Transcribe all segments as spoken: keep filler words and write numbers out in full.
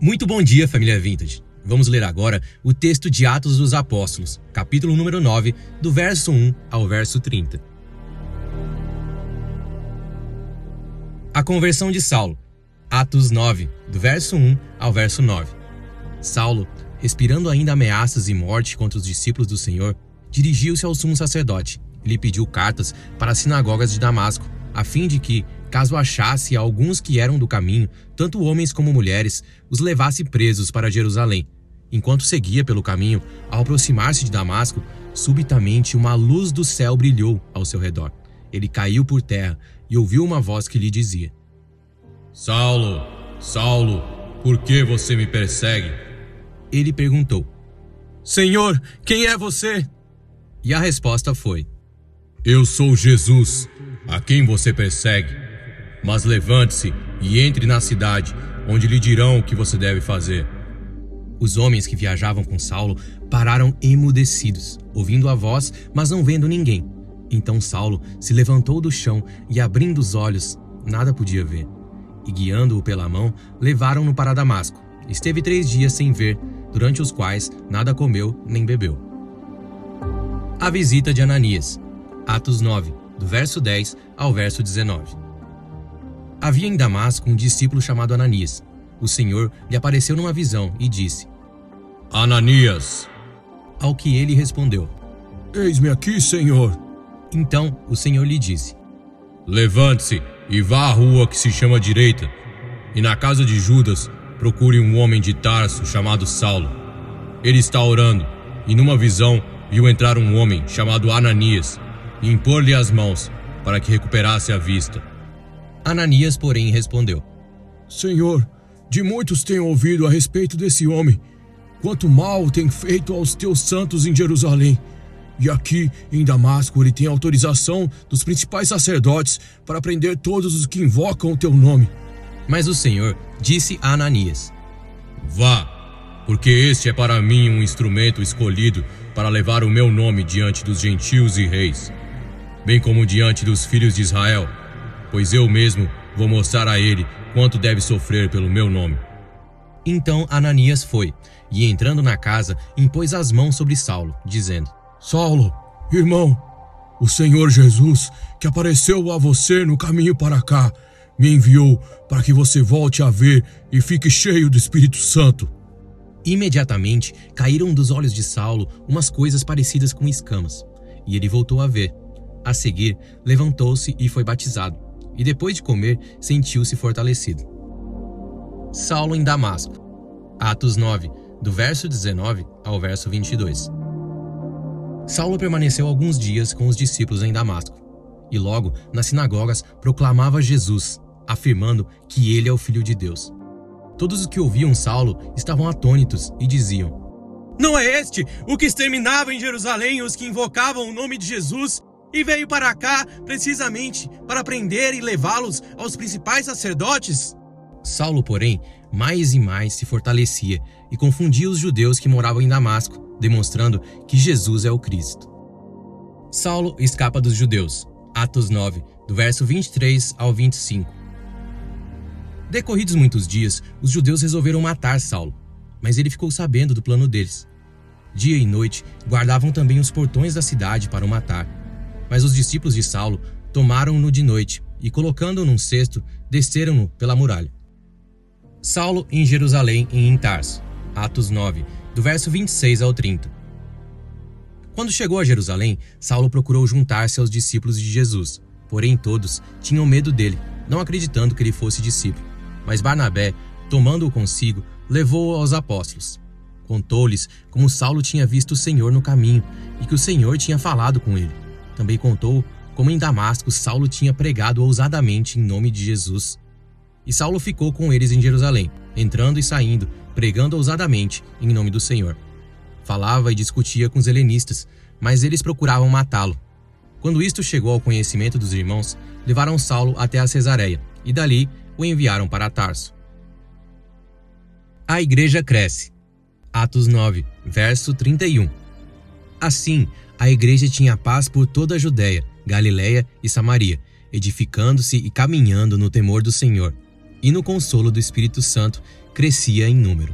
Muito bom dia, família Vintage. Vamos ler agora o texto de Atos dos Apóstolos, capítulo número nove, do verso um ao verso trinta. A conversão de Saulo. Atos nove, do verso um ao verso nove. Saulo, respirando ainda ameaças e morte contra os discípulos do Senhor, dirigiu-se ao sumo sacerdote e lhe pediu cartas para as sinagogas de Damasco, a fim de que, caso achasse alguns que eram do caminho, tanto homens como mulheres, os levasse presos para Jerusalém. Enquanto seguia pelo caminho, ao aproximar-se de Damasco, subitamente uma luz do céu brilhou ao seu redor. Ele caiu por terra e ouviu uma voz que lhe dizia: Saulo, Saulo, por que você me persegue? Ele perguntou: Senhor, quem é você? E a resposta foi: Eu sou Jesus, a quem você persegue. Mas levante-se e entre na cidade, onde lhe dirão o que você deve fazer. Os homens que viajavam com Saulo pararam emudecidos, ouvindo a voz, mas não vendo ninguém. Então Saulo se levantou do chão e, abrindo os olhos, nada podia ver. E, guiando-o pela mão, levaram-no para Damasco. Esteve três dias sem ver, durante os quais nada comeu nem bebeu. A visita de Ananias. Atos nove, do verso dez ao verso dezenove. Havia em Damasco um discípulo chamado Ananias. O Senhor lhe apareceu numa visão e disse: Ananias. Ao que ele respondeu: Eis-me aqui, Senhor. Então o Senhor lhe disse: Levante-se e vá à rua que se chama Direita, e na casa de Judas procure um homem de Tarso chamado Saulo. Ele está orando, e numa visão viu entrar um homem chamado Ananias e impor-lhe as mãos para que recuperasse a vista. Ananias, porém, respondeu: Senhor, de muitos tenho ouvido a respeito desse homem, quanto mal tem feito aos teus santos em Jerusalém. E aqui, em Damasco, ele tem autorização dos principais sacerdotes para prender todos os que invocam o teu nome. Mas o Senhor disse a Ananias: Vá, porque este é para mim um instrumento escolhido para levar o meu nome diante dos gentios e reis, bem como diante dos filhos de Israel, pois eu mesmo vou mostrar a ele quanto deve sofrer pelo meu nome. Então Ananias foi, e entrando na casa, impôs as mãos sobre Saulo, dizendo: Saulo, irmão, o Senhor Jesus, que apareceu a você no caminho para cá, me enviou para que você volte a ver e fique cheio do Espírito Santo. Imediatamente caíram dos olhos de Saulo umas coisas parecidas com escamas, e ele voltou a ver. A seguir, levantou-se e foi batizado, e depois de comer, sentiu-se fortalecido. Saulo em Damasco. Atos nove, do verso dezenove ao verso vinte e dois. Saulo permaneceu alguns dias com os discípulos em Damasco, e logo, nas sinagogas, proclamava Jesus, afirmando que ele é o Filho de Deus. Todos os que ouviam Saulo estavam atônitos e diziam: Não é este o que exterminava em Jerusalém os que invocavam o nome de Jesus e veio para cá precisamente para prender e levá-los aos principais sacerdotes? Saulo, porém, mais e mais se fortalecia e confundia os judeus que moravam em Damasco, demonstrando que Jesus é o Cristo. Saulo escapa dos judeus. Atos nove, do verso vinte e três ao vinte e cinco. Decorridos muitos dias, os judeus resolveram matar Saulo, mas ele ficou sabendo do plano deles. Dia e noite guardavam também os portões da cidade para o matar. Mas os discípulos de Saulo tomaram-no de noite e, colocando-o num cesto, desceram-no pela muralha. Saulo em Jerusalém e em Tarso. Atos nove, do verso vinte e seis ao trinta. Quando chegou a Jerusalém, Saulo procurou juntar-se aos discípulos de Jesus, porém todos tinham medo dele, não acreditando que ele fosse discípulo. Mas Barnabé, tomando-o consigo, levou-o aos apóstolos. Contou-lhes como Saulo tinha visto o Senhor no caminho e que o Senhor tinha falado com ele. Também contou como em Damasco Saulo tinha pregado ousadamente em nome de Jesus. E Saulo ficou com eles em Jerusalém, entrando e saindo, pregando ousadamente em nome do Senhor. Falava e discutia com os helenistas, mas eles procuravam matá-lo. Quando isto chegou ao conhecimento dos irmãos, levaram Saulo até a Cesareia, e dali o enviaram para Tarso. A igreja cresce. Atos nove, verso trinta e um. Assim, a igreja tinha paz por toda a Judéia, Galiléia e Samaria, edificando-se e caminhando no temor do Senhor, e no consolo do Espírito Santo, crescia em número.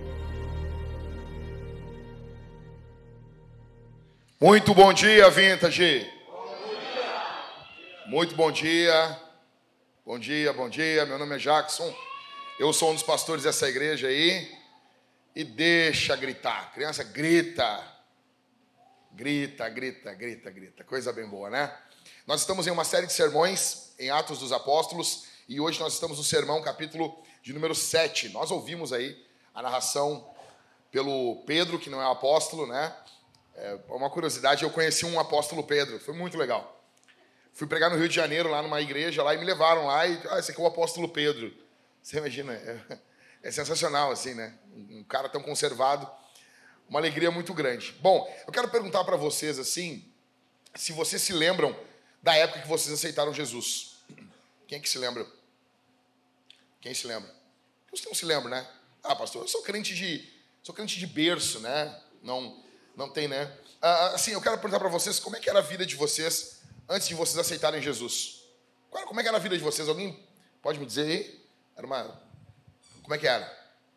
Muito bom dia, Vintage. Bom dia. Muito bom dia. Bom dia, bom dia. Meu nome é Jackson. Eu sou um dos pastores dessa igreja aí. E deixa gritar. Criança grita. Grita, grita, grita, grita. Coisa bem boa, né? Nós estamos em uma série de sermões em Atos dos Apóstolos. E hoje nós estamos no sermão capítulo de número sete. Nós ouvimos aí a narração pelo Pedro, que não é apóstolo, né? É uma curiosidade, eu conheci um apóstolo Pedro, foi muito legal. Fui pregar no Rio de Janeiro, lá numa igreja, lá e me levaram lá e, ah, esse aqui é o apóstolo Pedro. Você imagina, é, é sensacional assim, né? Um cara tão conservado, uma alegria muito grande. Bom, eu quero perguntar para vocês assim, se vocês se lembram da época que vocês aceitaram Jesus. Quem é que se lembra? Quem se lembra? Você não se lembra, né? Ah, pastor, eu sou crente de, sou crente de berço, né? Não... Não tem, né? Ah, assim, eu quero perguntar para vocês como é que era a vida de vocês antes de vocês aceitarem Jesus. Como é que era a vida de vocês? Alguém pode me dizer aí? Era uma... Como é que era?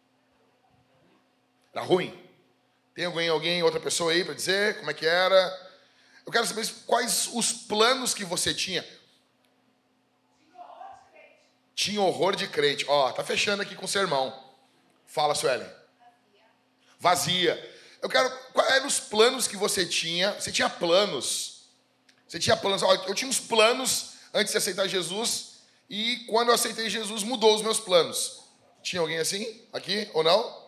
Era ruim? Tem alguém, alguém, outra pessoa aí para dizer como é que era? Eu quero saber quais os planos que você tinha. Tinha horror de crente. Ó, tá fechando aqui com o sermão. Fala, Suelen. Vazia. Eu quero... Quais eram os planos que você tinha? Você tinha planos. Você tinha planos. Ó, eu tinha uns planos antes de aceitar Jesus. E quando eu aceitei Jesus, mudou os meus planos. Tinha alguém assim? Aqui? Ou não?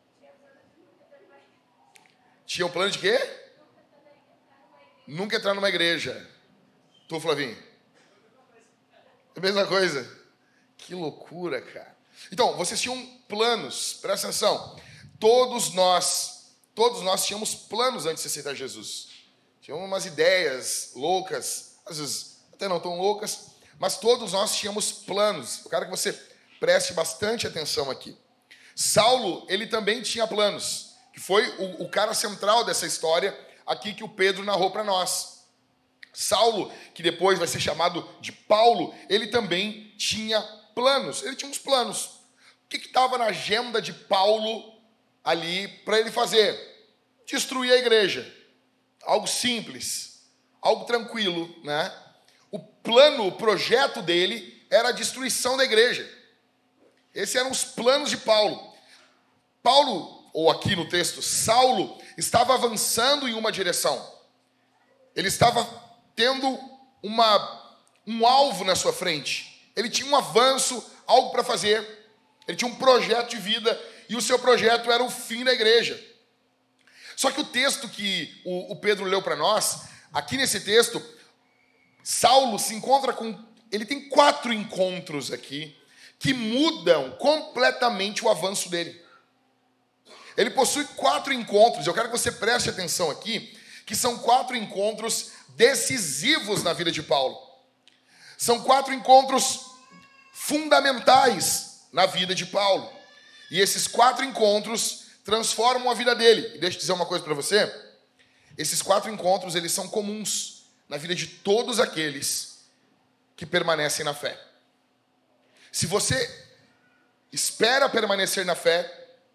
Tinha um plano de quê? Nunca entrar numa igreja. Tu, Flavinho? É a mesma coisa. Que loucura, cara. Então, vocês tinham planos. Presta atenção. Todos nós... Todos nós tínhamos planos antes de aceitar Jesus. Tínhamos umas ideias loucas, às vezes até não tão loucas, mas todos nós tínhamos planos. Eu quero que você preste bastante atenção aqui. Saulo, ele também tinha planos, que foi o, o cara central dessa história aqui que o Pedro narrou para nós. Saulo, que depois vai ser chamado de Paulo, ele também tinha planos. Ele tinha uns planos. O que estava na agenda de Paulo ali para ele fazer? Destruir a igreja. Algo simples, algo tranquilo, né? O plano, o projeto dele era a destruição da igreja. Esses eram os planos de Paulo. Paulo, ou aqui no texto, Saulo, estava avançando em uma direção. Ele estava tendo uma, um alvo na sua frente. Ele tinha um avanço, algo para fazer. Ele tinha um projeto de vida. E o seu projeto era o fim da igreja. Só que o texto que o, o Pedro leu para nós, aqui nesse texto, Saulo se encontra com... Ele tem quatro encontros aqui que mudam completamente o avanço dele. Ele possui quatro encontros, eu quero que você preste atenção aqui, que são quatro encontros decisivos na vida de Paulo. São quatro encontros fundamentais na vida de Paulo. E esses quatro encontros transformam a vida dele. E deixa eu dizer uma coisa para você. Esses quatro encontros, eles são comuns na vida de todos aqueles que permanecem na fé. Se você espera permanecer na fé,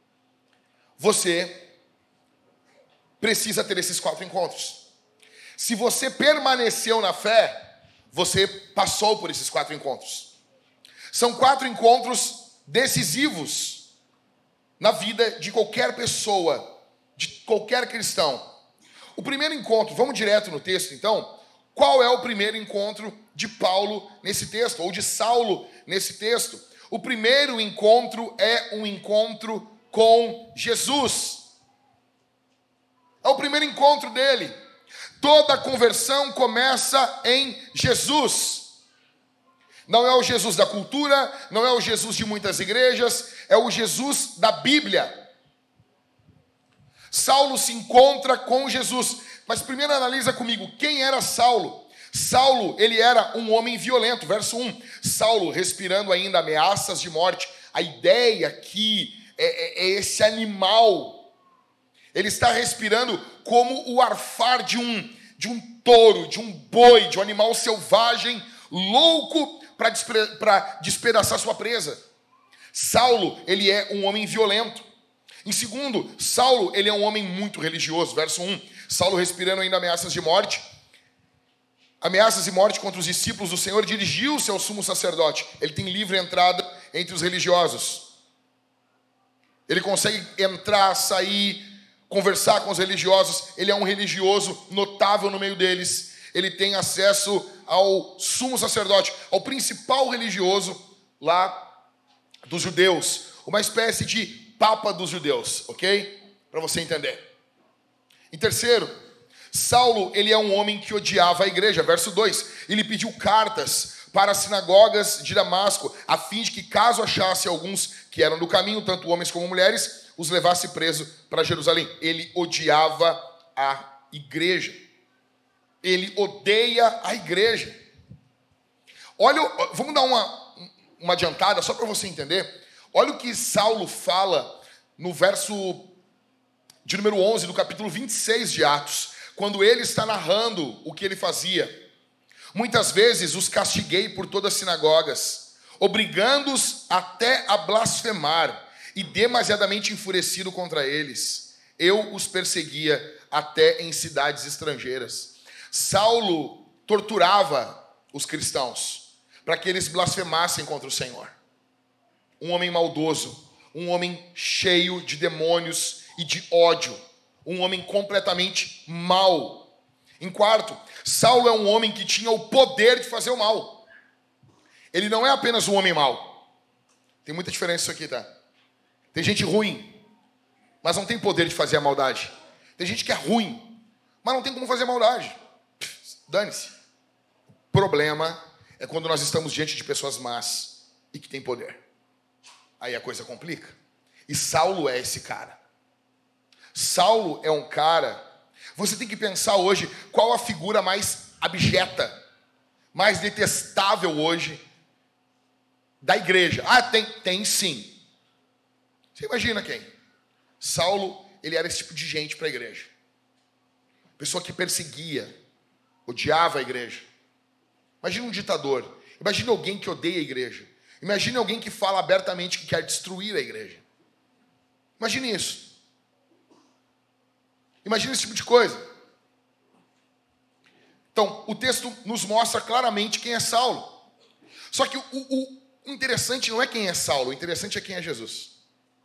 você precisa ter esses quatro encontros. Se você permaneceu na fé, você passou por esses quatro encontros. São quatro encontros decisivos na vida de qualquer pessoa, de qualquer cristão. O primeiro encontro, vamos direto no texto então. Qual é o primeiro encontro de Paulo nesse texto, ou de Saulo nesse texto? O primeiro encontro é um encontro com Jesus. É o primeiro encontro dele. Toda conversão começa em Jesus. Não é o Jesus da cultura, não é o Jesus de muitas igrejas, é o Jesus da Bíblia. Saulo se encontra com Jesus. Mas primeiro analisa comigo, quem era Saulo? Saulo, ele era um homem violento. Verso um, Saulo respirando ainda ameaças de morte. A ideia aqui é, é, é esse animal. Ele está respirando como o arfar de um, de um touro, de um boi, de um animal selvagem, louco para despedaçar sua presa. Saulo, ele é um homem violento. Em segundo, Saulo, ele é um homem muito religioso. Verso um, Saulo, respirando ainda ameaças de morte, ameaças de morte contra os discípulos do Senhor, dirigiu-se ao sumo sacerdote. Ele tem livre entrada entre os religiosos. Ele consegue entrar, sair, conversar com os religiosos. Ele é um religioso notável no meio deles. Ele tem acesso ao sumo sacerdote, ao principal religioso lá dos judeus. Uma espécie de papa dos judeus, ok? Para você entender. Em terceiro, Saulo, ele é um homem que odiava a igreja. Verso dois, ele pediu cartas para as sinagogas de Damasco, a fim de que, caso achasse alguns que eram do caminho, tanto homens como mulheres, os levasse preso para Jerusalém. Ele odiava a igreja. Ele odeia a igreja. Olha, vamos dar uma, uma adiantada, só para você entender. Olha o que Saulo fala no verso de número onze, do capítulo vinte e seis de Atos, quando ele está narrando o que ele fazia. Muitas vezes os castiguei por todas as sinagogas, obrigando-os até a blasfemar, e demasiadamente enfurecido contra eles, eu os perseguia até em cidades estrangeiras. Saulo torturava os cristãos para que eles blasfemassem contra o Senhor. Um homem maldoso, um homem cheio de demônios e de ódio, um homem completamente mau. Em quarto, Saulo é um homem que tinha o poder de fazer o mal. Ele não é apenas um homem mau. Tem muita diferença isso aqui, tá? Tem gente ruim, mas não tem poder de fazer a maldade. Tem gente que é ruim, mas não tem como fazer a maldade. Dane-se. O problema é quando nós estamos diante de pessoas más e que têm poder. Aí a coisa complica. E Saulo é esse cara. Saulo é um cara... Você tem que pensar hoje qual a figura mais abjeta, mais detestável hoje da igreja. Ah, tem, tem sim. Você imagina quem? Saulo, ele era esse tipo de gente para a igreja. Pessoa que perseguia, odiava a igreja. Imagina um ditador. Imagina alguém que odeia a igreja. Imagine alguém que fala abertamente que quer destruir a igreja. Imagine isso. Imagine esse tipo de coisa. Então, o texto nos mostra claramente quem é Saulo. Só que o, o, o interessante não é quem é Saulo, o interessante é quem é Jesus.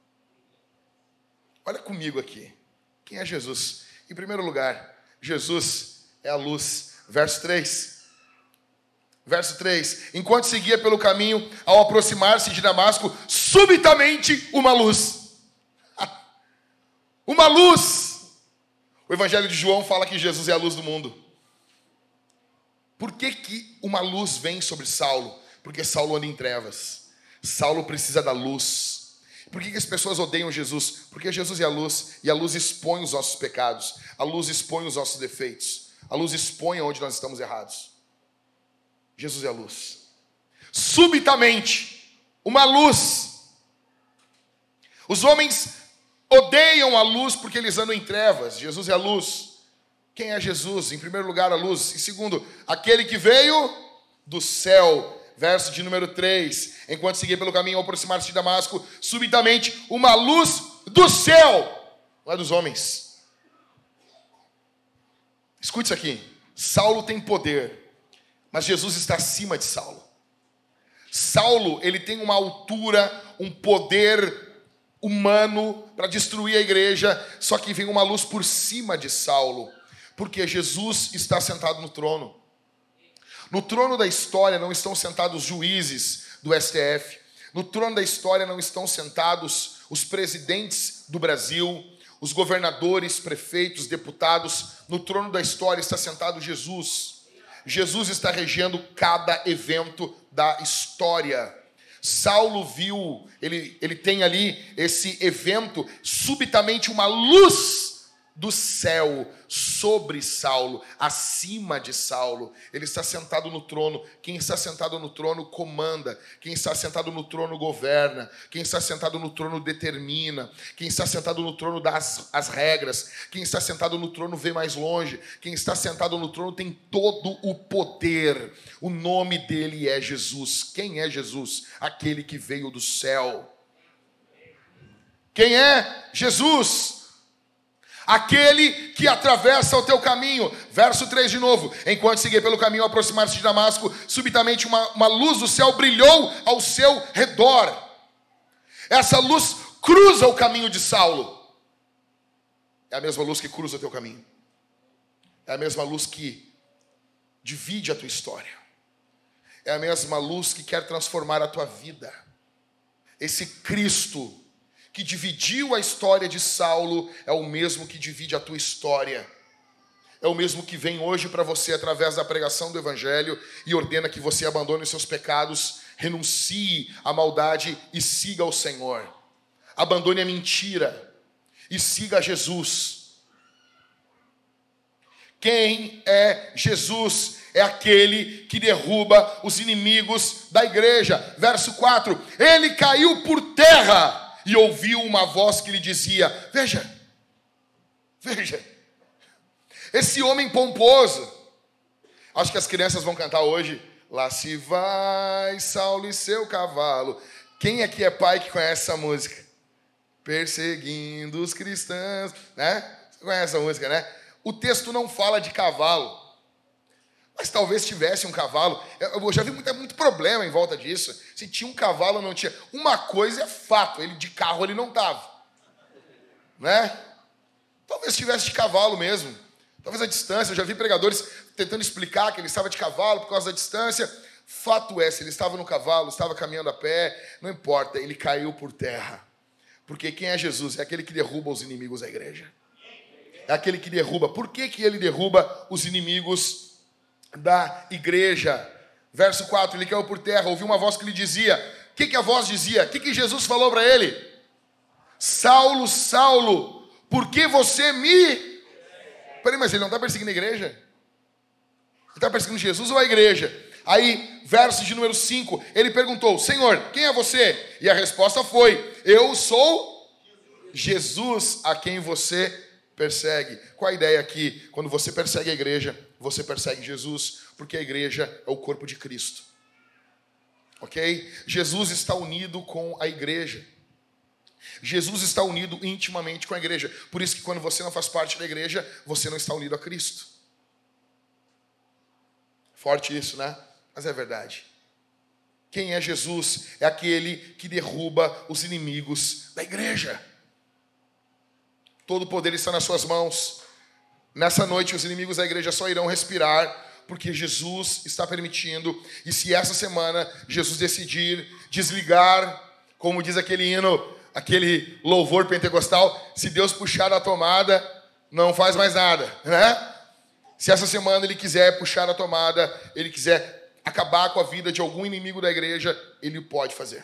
Olha comigo aqui. Quem é Jesus? Em primeiro lugar, Jesus é a luz. Verso três. Verso três. Enquanto seguia pelo caminho, ao aproximar-se de Damasco, subitamente uma luz. Uma luz. O Evangelho de João fala que Jesus é a luz do mundo. Por que que uma luz vem sobre Saulo? Porque Saulo anda em trevas. Saulo precisa da luz. Por que que as pessoas odeiam Jesus? Porque Jesus é a luz, e a luz expõe os nossos pecados. A luz expõe os nossos defeitos. A luz expõe onde nós estamos errados. Jesus é a luz. Subitamente, uma luz. Os homens odeiam a luz porque eles andam em trevas. Jesus é a luz. Quem é Jesus? Em primeiro lugar, a luz. Em segundo, aquele que veio do céu. Verso de número três. Enquanto seguia pelo caminho ao aproximar-se de Damasco, subitamente uma luz do céu. Não é dos homens. Escute isso aqui. Saulo tem poder, mas Jesus está acima de Saulo. Saulo, ele tem uma altura, um poder humano para destruir a igreja, só que vem uma luz por cima de Saulo, porque Jesus está sentado no trono. No trono da história não estão sentados juízes do S T F, no trono da história não estão sentados os presidentes do Brasil, os governadores, prefeitos, deputados. No trono da história está sentado Jesus. Jesus está regendo cada evento da história. Saulo viu, ele, ele tem ali esse evento, subitamente uma luz do céu sobre Saulo, acima de Saulo. Ele está sentado no trono. Quem está sentado no trono comanda. Quem está sentado no trono governa. Quem está sentado no trono determina. Quem está sentado no trono dá as, as regras. Quem está sentado no trono vê mais longe. Quem está sentado no trono tem todo o poder. O nome dele é Jesus. Quem é Jesus? Aquele que veio do céu. Quem é Jesus? Aquele que atravessa o teu caminho. Verso três de novo. Enquanto seguia pelo caminho ao aproximar-se de Damasco, subitamente uma, uma luz do céu brilhou ao seu redor. Essa luz cruza o caminho de Saulo. É a mesma luz que cruza o teu caminho. É a mesma luz que divide a tua história. É a mesma luz que quer transformar a tua vida. Esse Cristo que dividiu a história de Saulo é o mesmo que divide a tua história. É o mesmo que vem hoje para você através da pregação do Evangelho e ordena que você abandone os seus pecados, renuncie à maldade e siga o Senhor. Abandone a mentira e siga Jesus. Quem é Jesus? É aquele que derruba os inimigos da igreja. Verso quatro. Ele caiu por terra e ouviu uma voz que lhe dizia: veja, veja, esse homem pomposo. Acho que as crianças vão cantar hoje. Lá se vai Saulo e seu cavalo. Quem aqui é pai que conhece essa música? Perseguindo os cristãos, né? Você conhece essa música, né? O texto não fala de cavalo, mas talvez tivesse um cavalo. Eu já vi muito, muito problema em volta disso. Se tinha um cavalo ou não tinha. Uma coisa é fato, ele de carro ele não estava, né? Talvez tivesse de cavalo mesmo. Talvez a distância. Eu já vi pregadores tentando explicar que ele estava de cavalo por causa da distância. Fato é, se ele estava no cavalo, estava caminhando a pé, não importa, ele caiu por terra. Porque quem é Jesus? É aquele que derruba os inimigos da igreja. É aquele que derruba. Por que que ele derruba os inimigos da igreja? Verso quatro, ele caiu por terra, ouviu uma voz que lhe dizia. O que que a voz dizia? O que que Jesus falou para ele? Saulo, Saulo, por que você me... Peraí, mas ele não está perseguindo a igreja? Ele está perseguindo Jesus ou a igreja? Aí, verso de número cinco, ele perguntou: Senhor, quem é você? E a resposta foi: eu sou Jesus a quem você persegue. Qual a ideia aqui? Quando você persegue a igreja, você persegue Jesus, porque a igreja é o corpo de Cristo. Ok? Jesus está unido com a igreja. Jesus está unido intimamente com a igreja. Por isso que quando você não faz parte da igreja, você não está unido a Cristo. Forte isso, né? Mas é verdade. Quem é Jesus? É aquele que derruba os inimigos da igreja. Todo o poder está nas suas mãos. Nessa noite, os inimigos da igreja só irão respirar porque Jesus está permitindo. E se essa semana Jesus decidir desligar, como diz aquele hino, aquele louvor pentecostal, se Deus puxar a tomada, não faz mais nada, né? Se essa semana ele quiser puxar a tomada, ele quiser acabar com a vida de algum inimigo da igreja, ele pode fazer.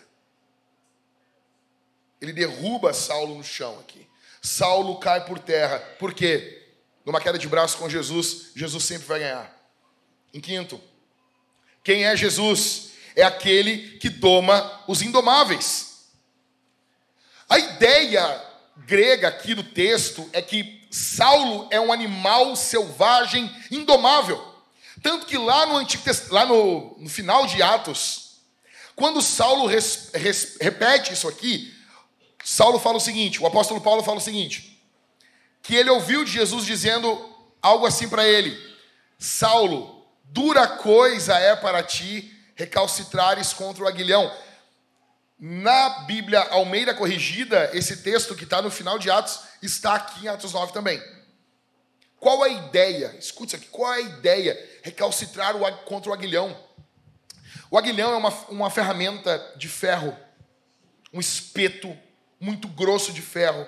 Ele derruba Saulo no chão aqui. Saulo cai por terra. Por quê? Numa queda de braço com Jesus, Jesus sempre vai ganhar. Em quinto, quem é Jesus? É aquele que doma os indomáveis. A ideia grega aqui do texto é que Saulo é um animal selvagem indomável. Tanto que lá no, Antigo Test... lá no, no final de Atos, quando Saulo res... Res... repete isso aqui, Saulo fala o seguinte, o apóstolo Paulo fala o seguinte, que ele ouviu de Jesus dizendo algo assim para ele: Saulo, dura coisa é para ti recalcitrares contra o aguilhão. Na Bíblia Almeida Corrigida, esse texto que está no final de Atos, está aqui em Atos nove também. Qual a ideia? Escute isso aqui. Qual é a ideia? Recalcitrar o, contra o aguilhão. O aguilhão é uma, uma ferramenta de ferro. Um espeto muito grosso de ferro.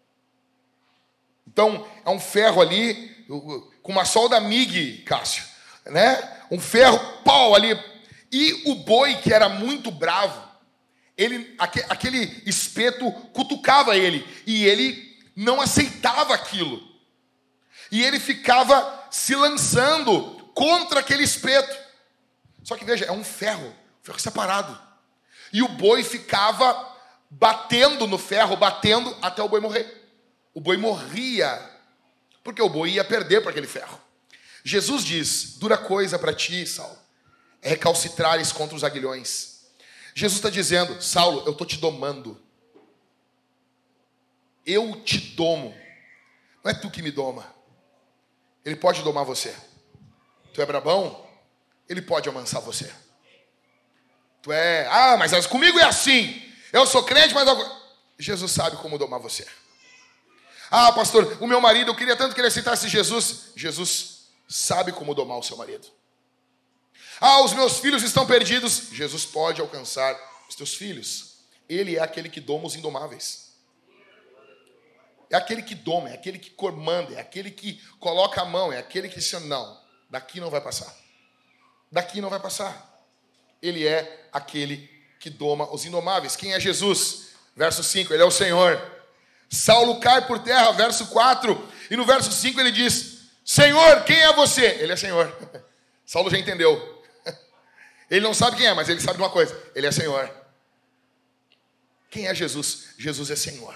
Então, é um ferro ali, com uma solda M I G, Cássio. Né? Um ferro, pau ali. E o boi, que era muito bravo, ele, aquele espeto cutucava ele. E ele não aceitava aquilo. E ele ficava se lançando contra aquele espeto. Só que veja, é um ferro, ferro separado. E o boi ficava batendo no ferro, batendo até o boi morrer. O boi morria, porque o boi ia perder para aquele ferro. Jesus diz: dura coisa para ti, Saulo, é recalcitrares contra os aguilhões. Jesus está dizendo: Saulo, eu estou te domando. eu te domo. Não é tu que me doma. Ele pode domar você. Tu é brabão? Ele pode amansar você. Tu é... Ah, mas comigo é assim. Eu sou crente, mas... Jesus sabe como domar você. Ah, pastor, o meu marido, eu queria tanto que ele aceitasse Jesus. Jesus sabe como domar o seu marido. Ah, os meus filhos estão perdidos. Jesus pode alcançar os teus filhos. Ele é aquele que doma os indomáveis. É aquele que doma, é aquele que comanda, é aquele que coloca a mão, é aquele que diz, não, daqui não vai passar. Daqui não vai passar. Ele é aquele que doma os indomáveis. Quem é Jesus? Verso cinco, ele é o Senhor. Saulo cai por terra, verso quatro. E no verso cinco ele diz, Senhor, quem é você? Ele é Senhor. Saulo já entendeu. Ele não sabe quem é, mas ele sabe de uma coisa. Ele é Senhor. Quem é Jesus? Jesus é Senhor.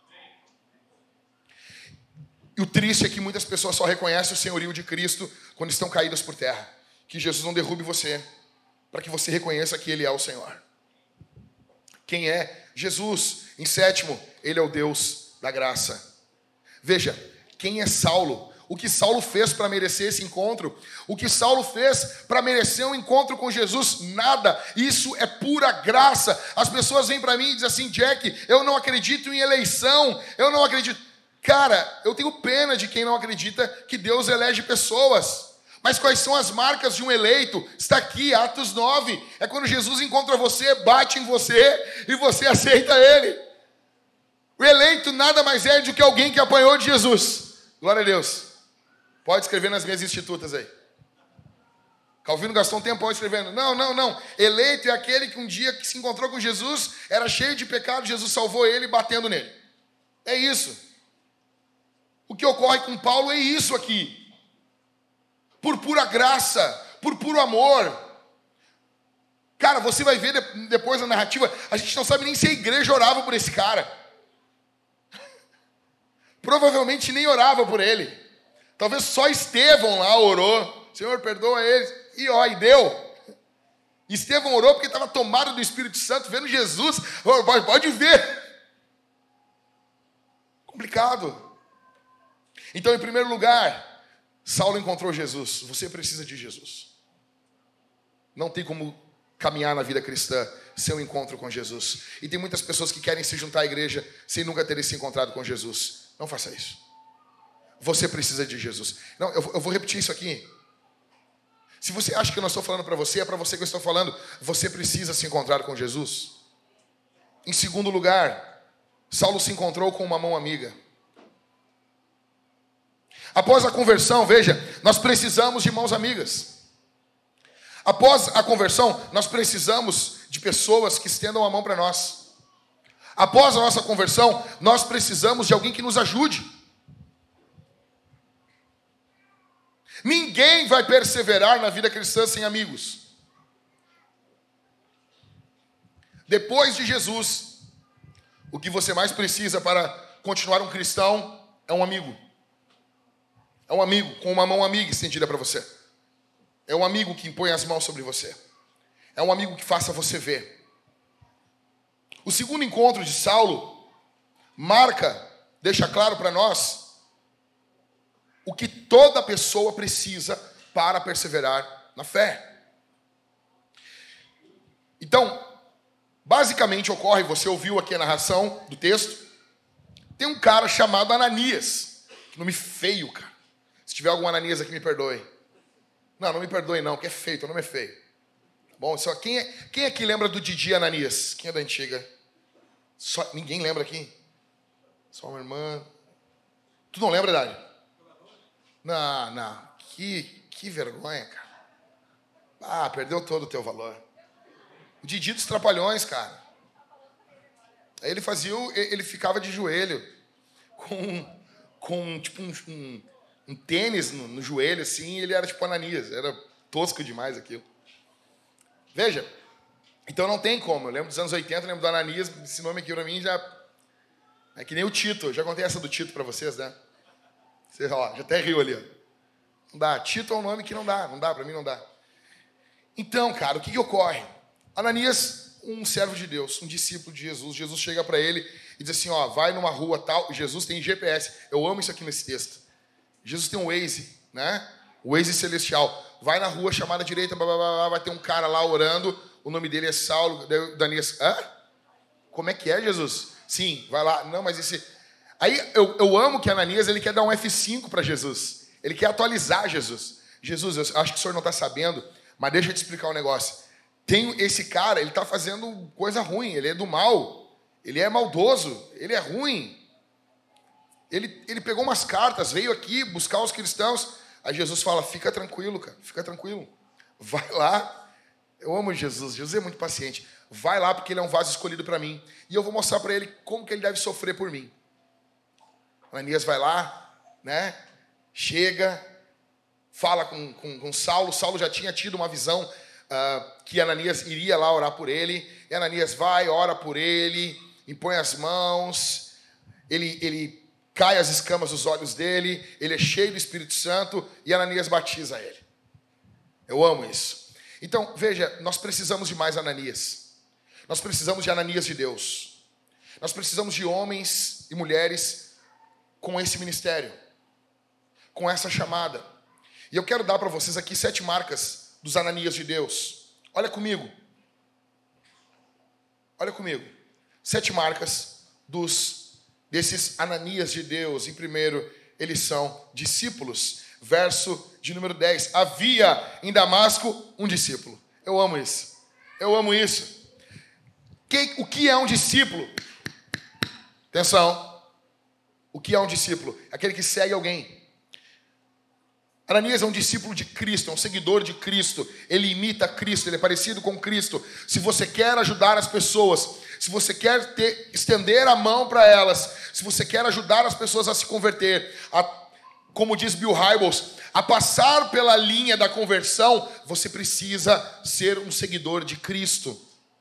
E o triste é que muitas pessoas só reconhecem o senhorio de Cristo quando estão caídas por terra. Que Jesus não derrube você, para que você reconheça que Ele é o Senhor. Quem é Jesus? Em sétimo, Ele é o Deus da graça. Veja, quem é Saulo? O que Saulo fez para merecer esse encontro? O que Saulo fez para merecer um encontro com Jesus? Nada. Isso é pura graça. As pessoas vêm para mim e dizem assim, Jack, eu não acredito em eleição, eu não acredito... Cara, eu tenho pena de quem não acredita que Deus elege pessoas. Mas quais são as marcas de um eleito? Está aqui, Atos nove. É quando Jesus encontra você, bate em você e você aceita Ele. O eleito nada mais é do que alguém que apanhou de Jesus. Glória a Deus. Pode escrever nas minhas institutas aí. Calvino gastou um tempo escrevendo. Não, não, não. Eleito é aquele que um dia que se encontrou com Jesus, era cheio de pecado, Jesus salvou ele batendo nele. É isso. O que ocorre com Paulo é isso aqui. Por pura graça, por puro amor. Cara, você vai ver depois na narrativa, a gente não sabe nem se a igreja orava por esse cara. Provavelmente nem orava por ele. Talvez só Estevão lá orou. Senhor, perdoa eles. E ó, e deu. Estevão orou porque estava tomado do Espírito Santo, vendo Jesus. Pode ver. Complicado. Então, em primeiro lugar, Saulo encontrou Jesus. Você precisa de Jesus. Não tem como caminhar na vida cristã sem um encontro com Jesus. E tem muitas pessoas que querem se juntar à igreja sem nunca terem se encontrado com Jesus. Não faça isso. Você precisa de Jesus. Não, eu, eu vou repetir isso aqui. Se você acha que eu não estou falando para você, é para você que eu estou falando. Você precisa se encontrar com Jesus. Em segundo lugar, Saulo se encontrou com uma mão amiga. Após a conversão, veja, nós precisamos de mãos amigas. Após a conversão, nós precisamos de pessoas que estendam a mão para nós. Após a nossa conversão, nós precisamos de alguém que nos ajude. Ninguém vai perseverar na vida cristã sem amigos. Depois de Jesus, o que você mais precisa para continuar um cristão é um amigo. É um amigo com uma mão amiga estendida para você. É um amigo que impõe as mãos sobre você. É um amigo que faça você ver. O segundo encontro de Saulo marca, deixa claro para nós o que toda pessoa precisa para perseverar na fé. Então, basicamente ocorre, você ouviu aqui a narração do texto, tem um cara chamado Ananias. Que nome feio, cara. Se tiver algum Ananias aqui, me perdoe. Não, não me perdoe não, que é feio, teu nome é feio. Tá bom? Só, quem, é, quem aqui lembra do Didi Ananias? Quem é da antiga? Só, ninguém lembra aqui? Só uma irmã. Tu não lembra, Dário? Não, não. Que, que vergonha, cara. Ah, perdeu todo o teu valor. O Didi dos Trapalhões, cara. Aí ele fazia, o, ele ficava de joelho com, com tipo um... um um tênis no, no joelho, assim, e ele era tipo Ananias. Era tosco demais aquilo. Veja, então não tem como. Eu lembro dos anos oitenta, eu lembro do Ananias, esse nome aqui pra mim já... É que nem o Tito. Eu já contei essa do Tito pra vocês, né? Você, ó, já até riu ali, ó. Não dá. Tito é um nome que não dá. Não dá, pra mim não dá. Então, cara, o que que ocorre? Ananias, um servo de Deus, um discípulo de Jesus. Jesus chega pra ele e diz assim, ó, vai numa rua tal, Jesus tem G P S. Eu amo isso aqui nesse texto. Jesus tem um Waze, né? O Waze celestial. Vai na rua chamada direita, blá, blá, blá, vai ter um cara lá orando, o nome dele é Saulo, Danias. Hã? Como é que é, Jesus? Sim, vai lá. Não, mas esse... Aí eu, eu amo que Ananias, ele quer dar um F cinco para Jesus. Ele quer atualizar Jesus. Jesus, eu acho que o senhor não está sabendo, mas deixa eu te explicar um negócio. Tem esse cara, ele está fazendo coisa ruim, ele é do mal, ele é maldoso, ele é ruim. Ele, ele pegou umas cartas, veio aqui buscar os cristãos. Aí Jesus fala, fica tranquilo, cara, fica tranquilo. Vai lá. Eu amo Jesus, Jesus é muito paciente. Vai lá porque ele é um vaso escolhido para mim. E eu vou mostrar para ele como que ele deve sofrer por mim. Ananias vai lá, né? Chega, fala com, com, com Saulo. Saulo já tinha tido uma visão uh, que Ananias iria lá orar por ele. E Ananias vai, ora por ele, impõe as mãos. Ele, ele cai as escamas dos olhos dele. Ele é cheio do Espírito Santo. E Ananias batiza ele. Eu amo isso. Então, veja, nós precisamos de mais Ananias. Nós precisamos de Ananias de Deus. Nós precisamos de homens e mulheres com esse ministério, com essa chamada. E eu quero dar para vocês aqui sete marcas dos Ananias de Deus. Olha comigo. Olha comigo. Sete marcas dos desses Ananias de Deus. Em primeiro, eles são discípulos. Verso de número dez. Havia em Damasco um discípulo. Eu amo isso. Eu amo isso. Que, o que é um discípulo? Atenção. O que é um discípulo? Aquele que segue alguém. Ananias é um discípulo de Cristo, é um seguidor de Cristo. Ele imita Cristo, ele é parecido com Cristo. Se você quer ajudar as pessoas, se você quer ter, estender a mão para elas, se você quer ajudar as pessoas a se converter, a, como diz Bill Hybels, a passar pela linha da conversão, você precisa ser um seguidor de Cristo.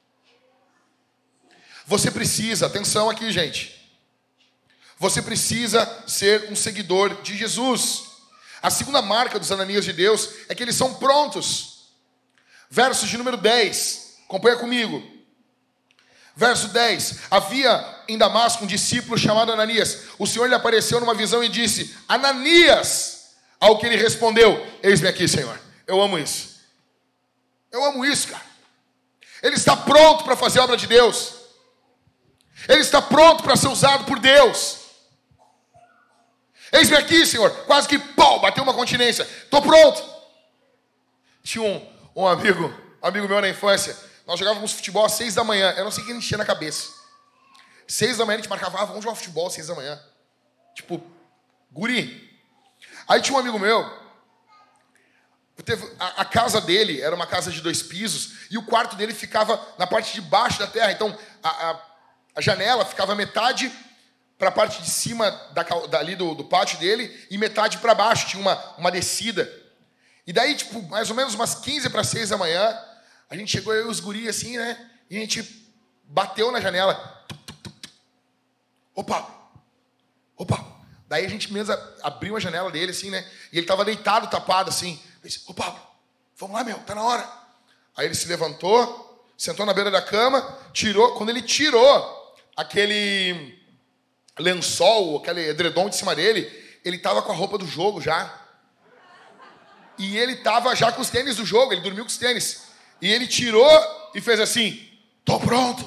Você precisa, atenção aqui, gente. Você precisa ser um seguidor de Jesus. A segunda marca dos Ananias de Deus é que eles são prontos. Verso de número dez. Acompanha comigo. Verso dez. Havia em Damasco um discípulo chamado Ananias. O Senhor lhe apareceu numa visão e disse, Ananias. Ao que ele respondeu, eis-me aqui, Senhor. Eu amo isso. Eu amo isso, cara. Ele está pronto para fazer a obra de Deus. Ele está pronto para ser usado por Deus. Eis-me aqui, Senhor. Quase que, pau, bateu uma continência. Estou pronto. Tinha um, um amigo, um amigo meu na infância. Nós jogávamos futebol às seis da manhã. Eu não sei o que a gente tinha na cabeça. Seis da manhã a gente marcava, ah, vamos jogar futebol às seis da manhã. Tipo, guri. Aí tinha um amigo meu. Teve, a, a casa dele era uma casa de dois pisos. E o quarto dele ficava na parte de baixo da terra. Então, a, a, a janela ficava metade para a parte de cima da, dali do, do pátio dele e metade para baixo, tinha uma, uma descida. E daí, tipo, mais ou menos umas quinze para seis da manhã, a gente chegou, eu e os guris assim, né? E a gente bateu na janela. Opa! Opa! Daí a gente mesmo abriu a janela dele, assim, né? E ele estava deitado, tapado, assim. Eu disse, ô Pablo, vamos lá, meu, tá na hora. Aí ele se levantou, sentou na beira da cama, tirou, quando ele tirou aquele lençol, aquele edredom de cima dele, ele estava com a roupa do jogo já. E ele estava já com os tênis do jogo, ele dormiu com os tênis. E ele tirou e fez assim, tô pronto.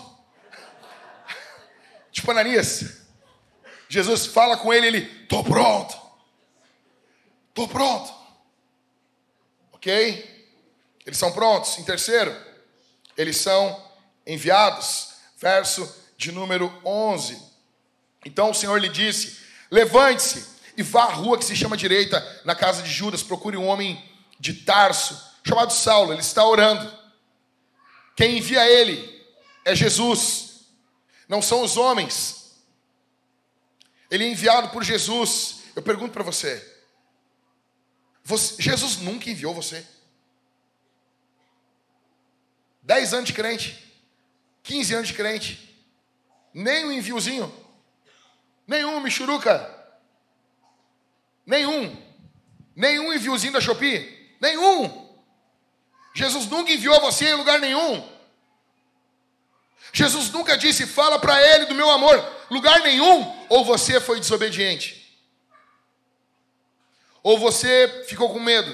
Tipo Ananias. Jesus fala com ele, ele, tô pronto. Tô pronto. Ok? Eles são prontos. Em terceiro, eles são enviados. Verso de número onze. Então o Senhor lhe disse, levante-se e vá à rua que se chama direita, na casa de Judas, procure um homem de Tarso, chamado Saulo, ele está orando. Quem envia ele é Jesus, não são os homens. Ele é enviado por Jesus. Eu pergunto para você, você, Jesus nunca enviou você? Dez anos de crente, quinze anos de crente, nem um enviozinho. Nenhum, Michuruca. Nenhum. Nenhum enviozinho da Shopee. Nenhum. Jesus nunca enviou você em lugar nenhum. Jesus nunca disse, fala para ele do meu amor, lugar nenhum. Ou você foi desobediente? Ou você ficou com medo?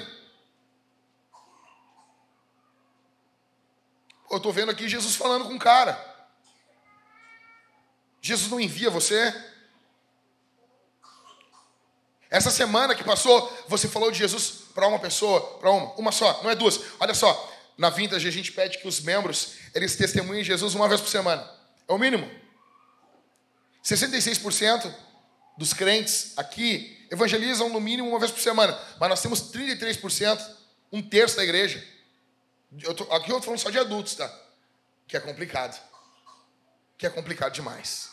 Eu estou vendo aqui Jesus falando com um cara. Jesus não envia você? Essa semana que passou, você falou de Jesus para uma pessoa, para uma, uma só, não é duas. Olha só, na Vintage a gente pede que os membros, eles testemunhem Jesus uma vez por semana. É o mínimo. sessenta e seis por cento dos crentes aqui evangelizam no mínimo uma vez por semana. Mas nós temos trinta e três por cento, um terço da igreja. Eu tô, aqui eu estou falando só de adultos, tá? Que é complicado. Que é complicado demais.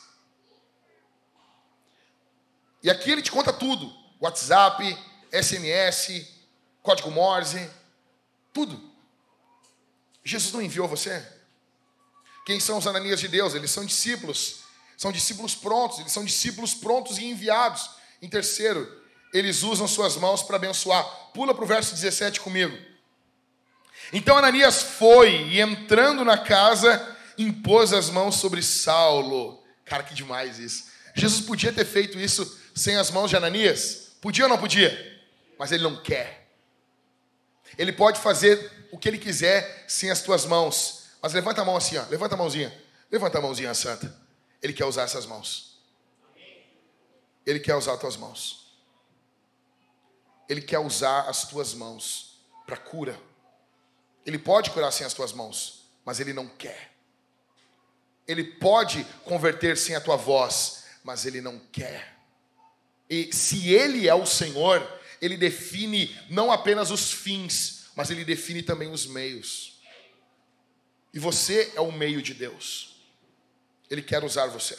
E aqui ele te conta tudo. WhatsApp, S M S, código Morse, tudo. Jesus não enviou você? Quem são os Ananias de Deus? Eles são discípulos. São discípulos prontos. Eles são discípulos prontos e enviados. Em terceiro, eles usam suas mãos para abençoar. Pula para o verso dezessete comigo. Então Ananias foi e entrando na casa, impôs as mãos sobre Saulo. Cara, que demais isso. Jesus podia ter feito isso sem as mãos de Ananias? Podia ou não podia? Mas ele não quer. Ele pode fazer o que ele quiser sem as tuas mãos. Mas levanta a mão assim, ó. Levanta a mãozinha. Levanta a mãozinha santa. Ele quer usar essas mãos. Ele quer usar as tuas mãos. Ele quer usar as tuas mãos para cura. Ele pode curar sem as tuas mãos, mas ele não quer. Ele pode converter sem a tua voz, mas ele não quer. E se ele é o Senhor, ele define não apenas os fins, mas ele define também os meios. E você é o meio de Deus. Ele quer usar você.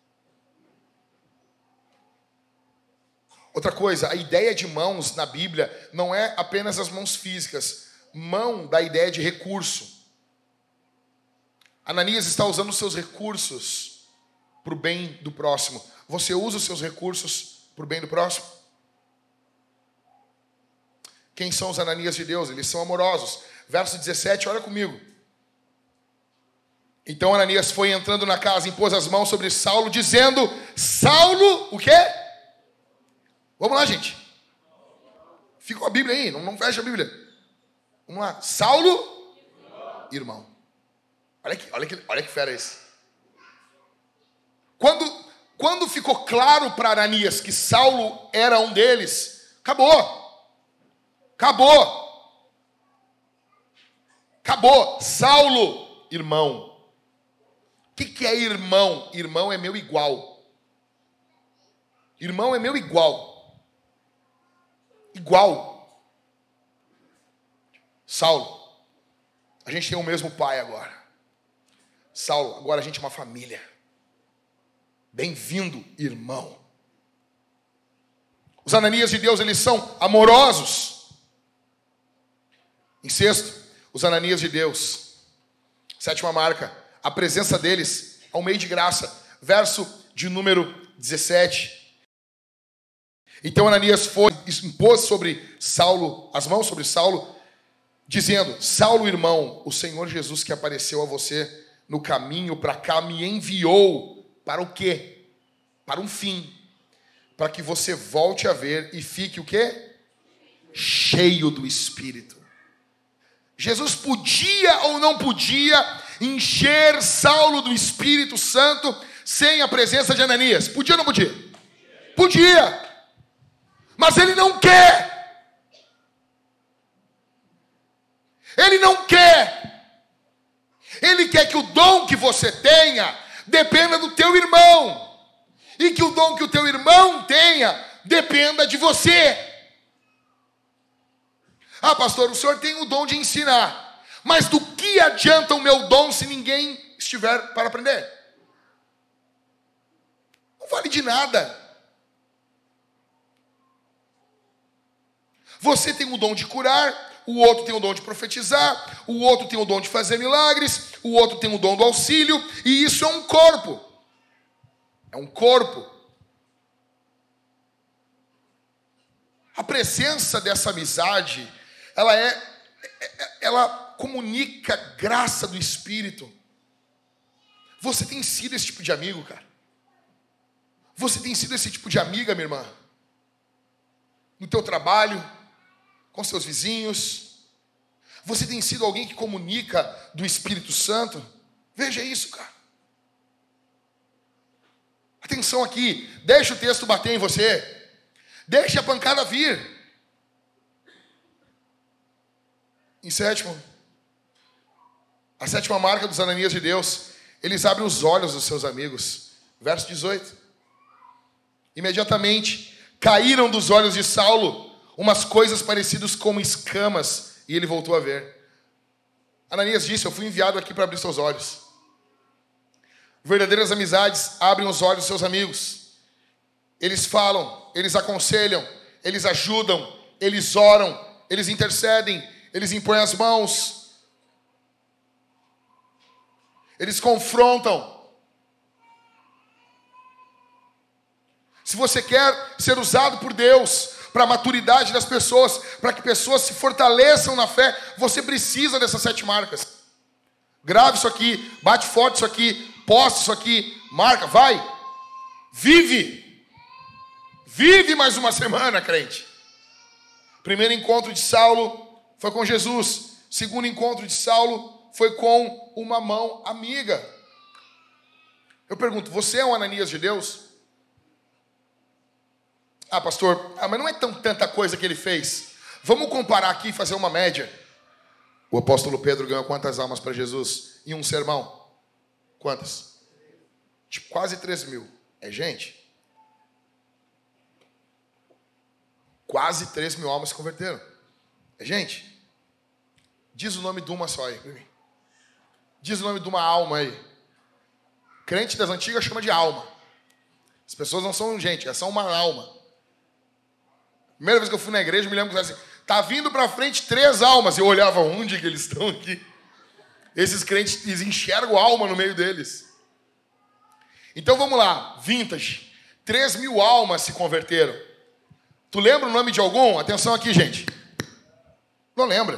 Outra coisa, a ideia de mãos na Bíblia não é apenas as mãos físicas. Mão dá a ideia de recurso. Ananias está usando os seus recursos para o bem do próximo. Você usa os seus recursos para o bem do próximo? Quem são os Ananias de Deus? Eles são amorosos. Verso dezessete, olha comigo. Então Ananias foi entrando na casa, impôs as mãos sobre Saulo, dizendo, Saulo, o quê? Vamos lá, gente. Fica com a Bíblia aí, não, não fecha a Bíblia. Vamos lá. Saulo, irmão. Olha que, olha que, olha que fera esse. Quando... Quando ficou claro para Ananias que Saulo era um deles, acabou. Acabou. Acabou. Saulo, irmão. O que, que é irmão? Irmão é meu igual. Irmão é meu igual. Igual. Saulo. A gente tem o mesmo pai agora. Saulo, agora a gente é uma família. Bem-vindo, irmão. Os Ananias de Deus, eles são amorosos. Em sexto, os Ananias de Deus. Sétima marca, a presença deles é um meio de graça. Verso de número dezessete. Então Ananias foi, impôs sobre Saulo, as mãos sobre Saulo, dizendo, Saulo, irmão, o Senhor Jesus que apareceu a você no caminho para cá me enviou. Para o quê? Para um fim. Para que você volte a ver e fique o quê? Cheio do Espírito. Jesus podia ou não podia encher Saulo do Espírito Santo sem a presença de Ananias? Podia ou não podia? Podia. Mas ele não quer. Ele não quer. Ele quer que o dom que você tenha dependa do teu irmão. E que o dom que o teu irmão tenha dependa de você. Ah, pastor, o senhor tem o dom de ensinar. Mas do que adianta o meu dom se ninguém estiver para aprender? Não vale de nada. Você tem o dom de curar, o outro tem o dom de profetizar, o outro tem o dom de fazer milagres, o outro tem o dom do auxílio, e isso é um corpo. É um corpo. A presença dessa amizade, ela é, ela comunica graça do Espírito. Você tem sido esse tipo de amigo, cara? Você tem sido esse tipo de amiga, minha irmã? No teu trabalho, com seus vizinhos? Você tem sido alguém que comunica do Espírito Santo? Veja isso, cara. Atenção aqui, deixa o texto bater em você. Deixa a pancada vir. Em sétimo, a sétima marca dos Ananias de Deus, eles abrem os olhos dos seus amigos. Verso dezoito. Imediatamente caíram dos olhos de Saulo umas coisas parecidas como escamas, e ele voltou a ver. Ananias disse: eu fui enviado aqui para abrir seus olhos. Verdadeiras amizades abrem os olhos dos seus amigos. Eles falam, eles aconselham, eles ajudam, eles oram, eles intercedem, eles impõem as mãos, eles confrontam. Se você quer ser usado por Deus para a maturidade das pessoas, para que pessoas se fortaleçam na fé, você precisa dessas sete marcas. Grave isso aqui, bate forte isso aqui, poste isso aqui, marca, vai. Vive. Vive mais uma semana, crente. Primeiro encontro de Saulo foi com Jesus. Segundo encontro de Saulo foi com uma mão amiga. Eu pergunto, você é um Ananias de Deus? Ah, pastor, ah, mas não é tão tanta coisa que ele fez. Vamos comparar aqui e fazer uma média. O apóstolo Pedro ganhou quantas almas para Jesus em um sermão? Quantas? Tipo, quase três mil. É gente? Quase três mil almas se converteram. É gente? Diz o nome de uma só aí para mim. Diz o nome de uma alma aí. Crente das antigas chama de alma. As pessoas não são gente, elas são uma alma. Primeira vez que eu fui na igreja, eu me lembro que assim, tá vindo para frente três almas. Eu olhava, onde que eles estão aqui? Esses crentes, eles enxergam alma no meio deles. Então vamos lá, vintage. Três mil almas se converteram. Tu lembra o nome de algum? Atenção aqui, gente. Não lembra.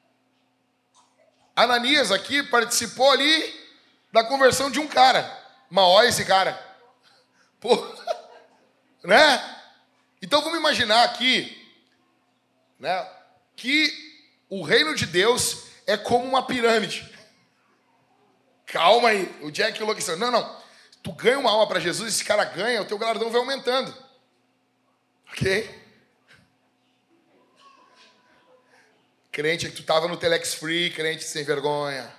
Ananias aqui participou ali da conversão de um cara. Mas olha esse cara. Pô, né? Então vamos imaginar aqui, né, que o reino de Deus é como uma pirâmide. Calma aí, o Jack enlouqueceu. Não, não. Tu ganha uma alma para Jesus, esse cara ganha, o teu galardão vai aumentando. Ok? Crente que tu tava no Telex Free, crente sem vergonha.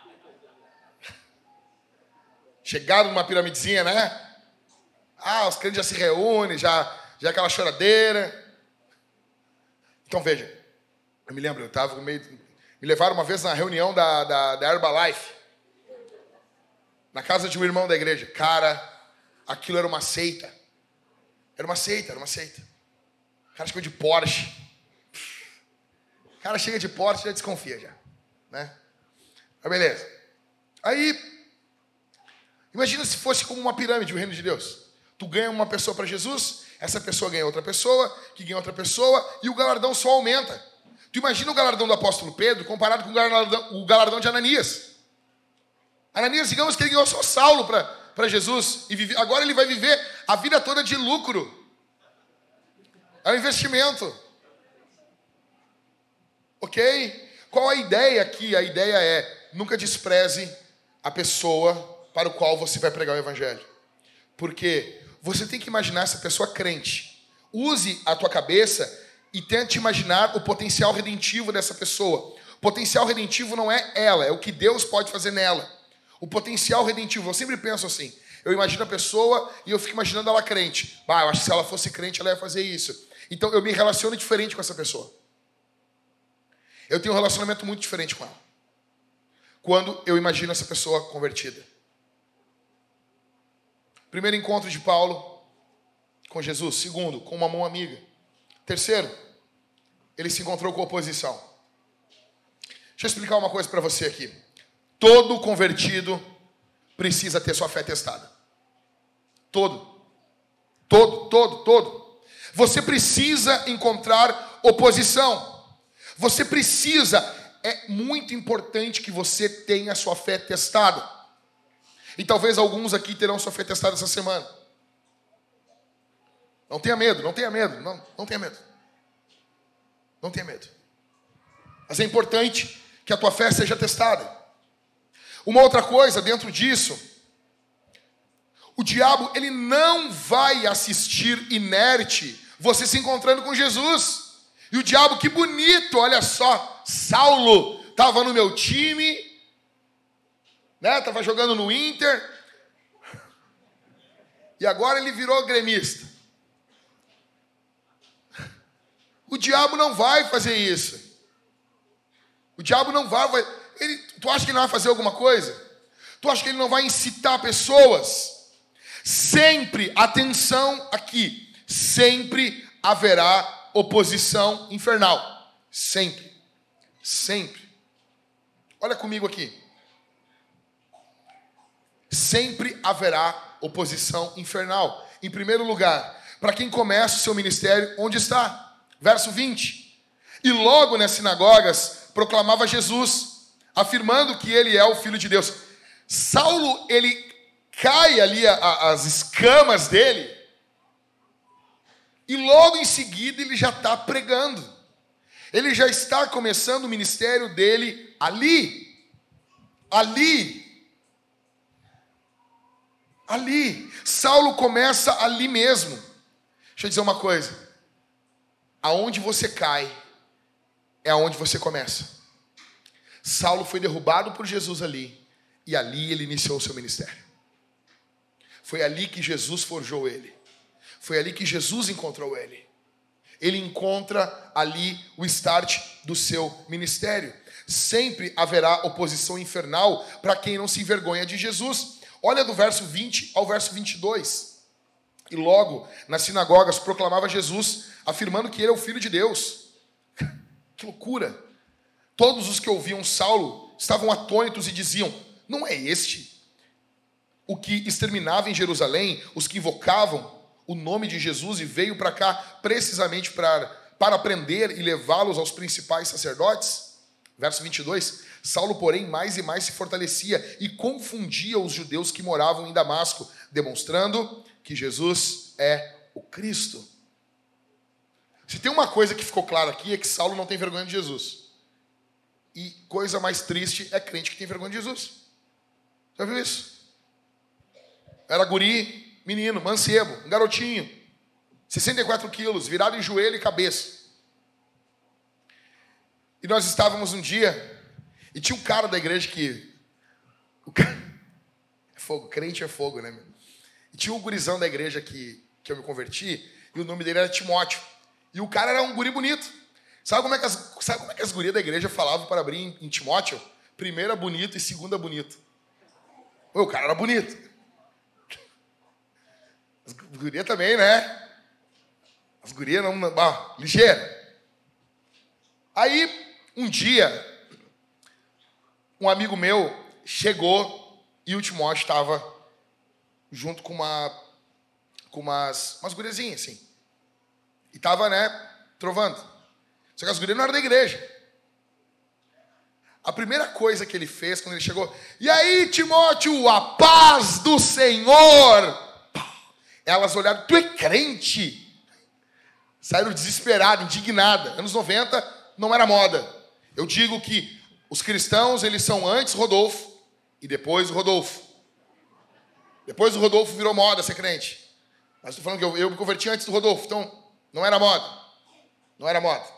Chegado numa piramidezinha, né? Ah, os crentes já se reúnem, já... Já aquela choradeira. Então veja, eu me lembro, eu estava no meio. Me levaram uma vez na reunião da, da, da Herbalife, na casa de um irmão da igreja. Cara, aquilo era uma seita. Era uma seita, era uma seita. O cara chegou de Porsche. O cara chega de Porsche e já desconfia já. Né? Mas beleza. Aí, imagina se fosse como uma pirâmide o reino de Deus. Tu ganha uma pessoa para Jesus. Essa pessoa ganha outra pessoa, que ganha outra pessoa, e o galardão só aumenta. Tu imagina o galardão do apóstolo Pedro comparado com o galardão, o galardão de Ananias. Ananias, digamos que ele ganhou só Saulo para Jesus, e vive, agora ele vai viver a vida toda de lucro. É um investimento. Ok? Qual a ideia aqui? A ideia é, nunca despreze a pessoa para o qual você vai pregar o evangelho. Porque... você tem que imaginar essa pessoa crente. Use a tua cabeça e tente imaginar o potencial redentivo dessa pessoa. O potencial redentivo não é ela, é o que Deus pode fazer nela. O potencial redentivo, eu sempre penso assim, eu imagino a pessoa e eu fico imaginando ela crente. Ah, eu acho que se ela fosse crente, ela ia fazer isso. Então eu me relaciono diferente com essa pessoa. Eu tenho um relacionamento muito diferente com ela. Quando eu imagino essa pessoa convertida. Primeiro encontro de Paulo com Jesus. Segundo, com uma mão amiga. Terceiro, ele se encontrou com oposição. Deixa eu explicar uma coisa para você aqui. Todo convertido precisa ter sua fé testada. Todo. Todo, todo, todo. Você precisa encontrar oposição. Você precisa, é muito importante que você tenha a sua fé testada. E talvez alguns aqui terão sua fé testada essa semana. Não tenha medo, não tenha medo, não, não tenha medo. Não tenha medo. Mas é importante que a tua fé seja testada. Uma outra coisa dentro disso, o diabo, ele não vai assistir inerte você se encontrando com Jesus. E o diabo, que bonito, olha só, Saulo estava no meu time, né? Estava jogando no Inter, e agora ele virou gremista. O diabo não vai fazer isso. O diabo não vai... vai ele, tu acha que ele não vai fazer alguma coisa? Tu acha que ele não vai incitar pessoas? Sempre, atenção aqui, sempre haverá oposição infernal. Sempre. Sempre. Olha comigo aqui. Sempre haverá oposição infernal. Em primeiro lugar, para quem começa o seu ministério, onde está? Verso vinte. E logo nas sinagogas proclamava Jesus, afirmando que ele é o Filho de Deus. Saulo, ele cai ali a, a, as escamas dele, e logo em seguida ele já está pregando. Ele já está começando o ministério dele ali. Ali. Ali. Saulo começa ali mesmo. Deixa eu dizer uma coisa. Aonde você cai, é aonde você começa. Saulo foi derrubado por Jesus ali, e ali ele iniciou o seu ministério. Foi ali que Jesus forjou ele. Foi ali que Jesus encontrou ele. Ele encontra ali o start do seu ministério. Sempre haverá oposição infernal para quem não se envergonha de Jesus. Olha do verso vinte ao verso vinte e dois. E logo, nas sinagogas, proclamava Jesus, afirmando que ele é o Filho de Deus. Que loucura! Todos os que ouviam Saulo estavam atônitos e diziam, não é este o que exterminava em Jerusalém os que invocavam o nome de Jesus e veio para cá precisamente para, para prender e levá-los aos principais sacerdotes? Verso vinte e dois. Saulo, porém, mais e mais se fortalecia e confundia os judeus que moravam em Damasco, demonstrando que Jesus é o Cristo. Se tem uma coisa que ficou clara aqui, é que Saulo não tem vergonha de Jesus. E coisa mais triste é crente que tem vergonha de Jesus. Já viu isso? Era guri, menino, mancebo, um garotinho, sessenta e quatro quilos, virado em joelho e cabeça. E nós estávamos um dia, e tinha um cara da igreja que... O cara, é fogo, crente é fogo, né, meu? E tinha um gurizão da igreja que, que eu me converti, e o nome dele era Timóteo. E o cara era um guri bonito. Sabe como é que as, sabe como é que as gurias da igreja falavam para abrir em, em Timóteo? Primeira bonito e segunda bonito. Pô, o cara era bonito. As gurias também, né? As gurias não... Ah, ligeira. Aí, um dia, um amigo meu chegou e o Timóteo estava junto com uma com umas, umas guriazinhas, assim. E tava, né, trovando. Só que as gurias não eram da igreja. A primeira coisa que ele fez quando ele chegou, e aí, Timóteo, a paz do Senhor. Elas olharam, tu é crente? Saíram desesperadas, indignadas. Anos noventa não era moda. Eu digo que os cristãos, eles são antes Rodolfo e depois o Rodolfo. Depois o Rodolfo virou moda ser crente. Mas estou falando que eu, eu me converti antes do Rodolfo, então não era moda. Não era moda.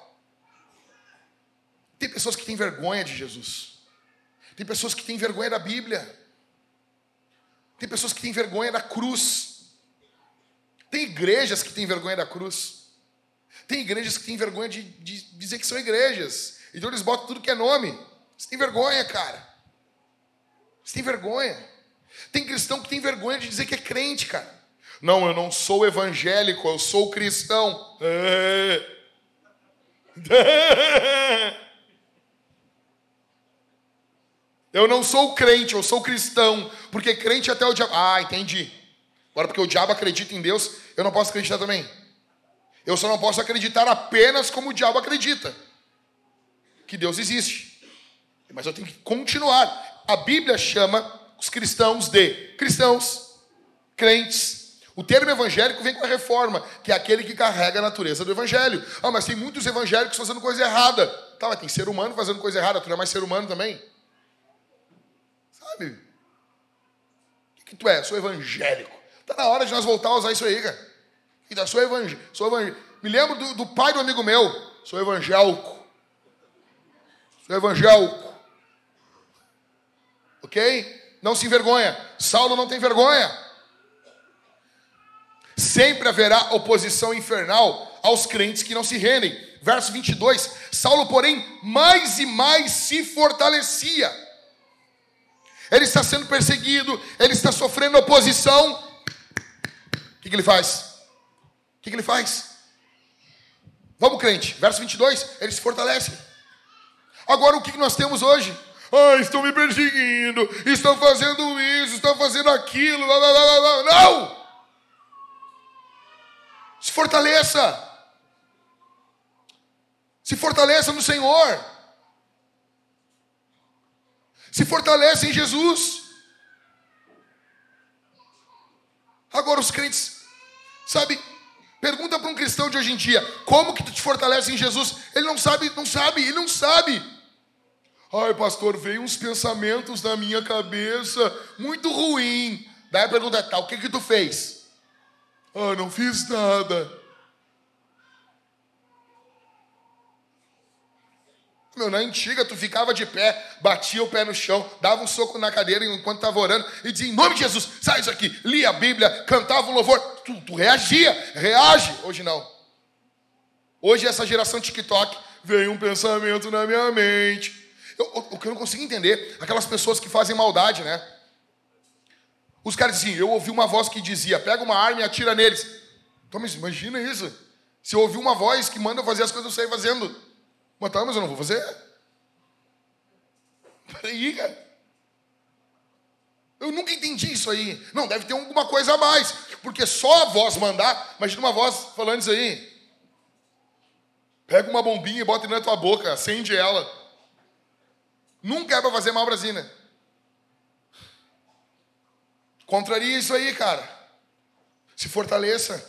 Tem pessoas que têm vergonha de Jesus. Tem pessoas que têm vergonha da Bíblia. Tem pessoas que têm vergonha da cruz. Tem igrejas que têm vergonha da cruz. Tem igrejas que têm vergonha de, de dizer que são igrejas. Então eles botam tudo que é nome. Você tem vergonha, cara. Você tem vergonha. Tem cristão que tem vergonha de dizer que é crente, cara. Não, eu não sou evangélico, eu sou cristão. Eu não sou crente, eu sou cristão. Porque crente até o diabo... Ah, entendi. Agora, porque o diabo acredita em Deus, eu não posso acreditar também. Eu só não posso acreditar apenas como o diabo acredita. Que Deus existe. Mas eu tenho que continuar. A Bíblia chama os cristãos de cristãos, crentes. O termo evangélico vem com a reforma, que é aquele que carrega a natureza do evangelho. Ah, mas tem muitos evangélicos fazendo coisa errada. Tá, mas tem ser humano fazendo coisa errada, tu não é mais ser humano também? Sabe? O que, que tu é? Sou evangélico. Tá na hora de nós voltar a usar isso aí, cara. Então, sou evangélico. Sou evangélico. Me lembro do, do pai do amigo meu. Sou evangélico. Sou evangélico. Ok? Não se envergonha. Saulo não tem vergonha. Sempre haverá oposição infernal aos crentes que não se rendem. Verso vinte e dois. Saulo, porém, mais e mais se fortalecia. Ele está sendo perseguido. Ele está sofrendo oposição. O que, que ele faz? O que, que ele faz? Vamos, crente. Verso vinte e dois. Ele se fortalece. Agora, o que, que nós temos hoje? Ah, estão me perseguindo. Estão fazendo isso. Estão fazendo aquilo. Blá, blá, blá, blá. Não! Se fortaleça. Se fortaleça no Senhor. Se fortalece em Jesus. Agora os crentes, sabe, pergunta para um cristão de hoje em dia, como que tu te fortalece em Jesus? Ele não sabe, não sabe, ele não sabe. Ai, pastor, veio uns pensamentos na minha cabeça, muito ruim. Daí a pergunta é, tá, o que que tu fez? Ah, não fiz nada. Meu, na antiga, tu ficava de pé, batia o pé no chão, dava um soco na cadeira enquanto estava orando e dizia, em nome de Jesus, sai isso aqui. Lia a Bíblia, cantava um louvor. Tu, tu reagia, reage. Hoje não. Hoje essa geração TikTok, veio um pensamento na minha mente. Eu, o, o que eu não consigo entender, aquelas pessoas que fazem maldade, né? Os caras diziam, eu ouvi uma voz que dizia, pega uma arma e atira neles. Então, mas imagina isso. Se eu ouvir uma voz que manda eu fazer as coisas, eu sair fazendo. Mas tá, mas eu não vou fazer. Peraí, cara. Eu nunca entendi isso aí. Não, deve ter alguma coisa a mais. Porque só a voz mandar, imagina uma voz falando isso aí. Pega uma bombinha e bota na tua boca, acende ela. Nunca é pra fazer mal, Brasília. Contraria isso aí, cara. Se fortaleça.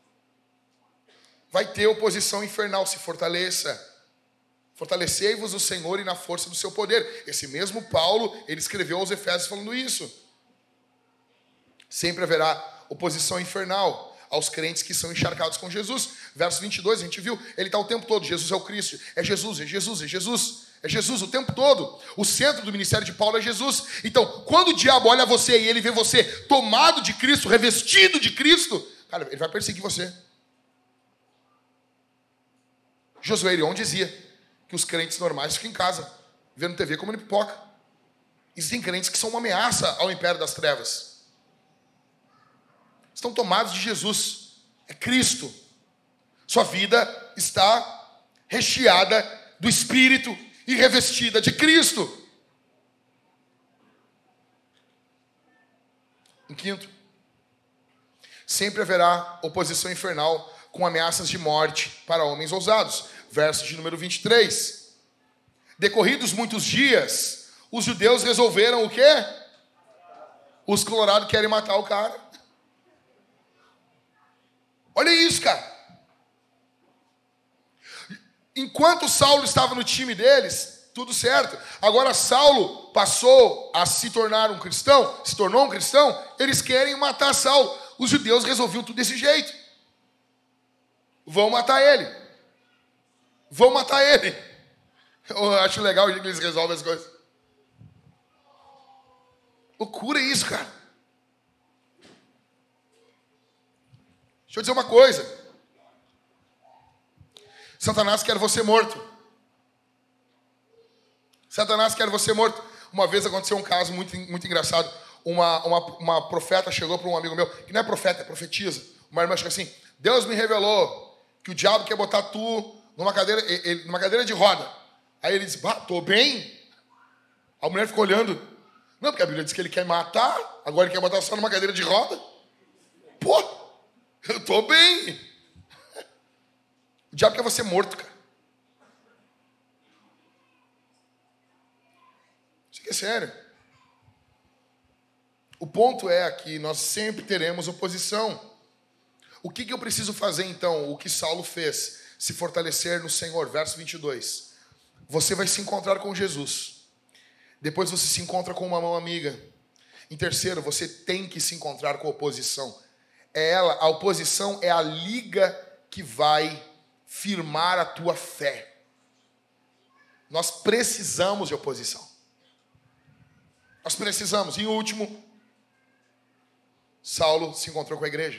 Vai ter oposição infernal, se fortaleça. Fortalecei-vos o Senhor e na força do seu poder. Esse mesmo Paulo, ele escreveu aos Efésios falando isso. Sempre haverá oposição infernal aos crentes que são encharcados com Jesus. Verso vinte e dois, a gente viu, ele está o tempo todo, Jesus é o Cristo. É Jesus, é Jesus, é Jesus. É Jesus o tempo todo. O centro do ministério de Paulo é Jesus. Então, quando o diabo olha você e ele vê você tomado de Cristo, revestido de Cristo, cara, ele vai perseguir você. Josué Irion dizia que os crentes normais ficam em casa, vendo T V comendo pipoca. Existem crentes que são uma ameaça ao império das trevas. Estão tomados de Jesus. É Cristo. Sua vida está recheada do Espírito e revestida de Cristo. Em quinto, sempre haverá oposição infernal com ameaças de morte para homens ousados. Verso de número vinte e três. Decorridos muitos dias, os judeus resolveram o quê? Os colorados querem matar o cara. Olha isso, cara. Enquanto Saulo estava no time deles, tudo certo. Agora Saulo passou a se tornar um cristão, se tornou um cristão, eles querem matar Saulo. Os judeus resolviam tudo desse jeito. Vão matar ele. Vão matar ele. Eu acho legal o jeito que eles resolvem as coisas. Loucura isso, cara. Deixa eu dizer uma coisa. Satanás quer você morto. Satanás quer você morto. Uma vez aconteceu um caso muito, muito engraçado. Uma, uma, uma profeta chegou para um amigo meu, que não é profeta, é profetisa. Uma irmã chegou assim, Deus me revelou que o diabo quer botar tu numa cadeira, ele, numa cadeira de roda. Aí ele disse, bah, tô bem. A mulher ficou olhando. Não, porque a Bíblia diz que ele quer matar, agora ele quer botar só numa cadeira de roda. Pô, eu tô bem. O diabo quer você morto, cara. Isso aqui é sério. O ponto é que nós sempre teremos oposição. O que, que eu preciso fazer, então? O que Saulo fez? Se fortalecer no Senhor. Verso vinte e dois. Você vai se encontrar com Jesus. Depois você se encontra com uma mão amiga. Em terceiro, você tem que se encontrar com a oposição. É ela, a oposição é a liga que vai firmar a tua fé. Nós precisamos de oposição. Nós precisamos. E em último, Saulo se encontrou com a igreja.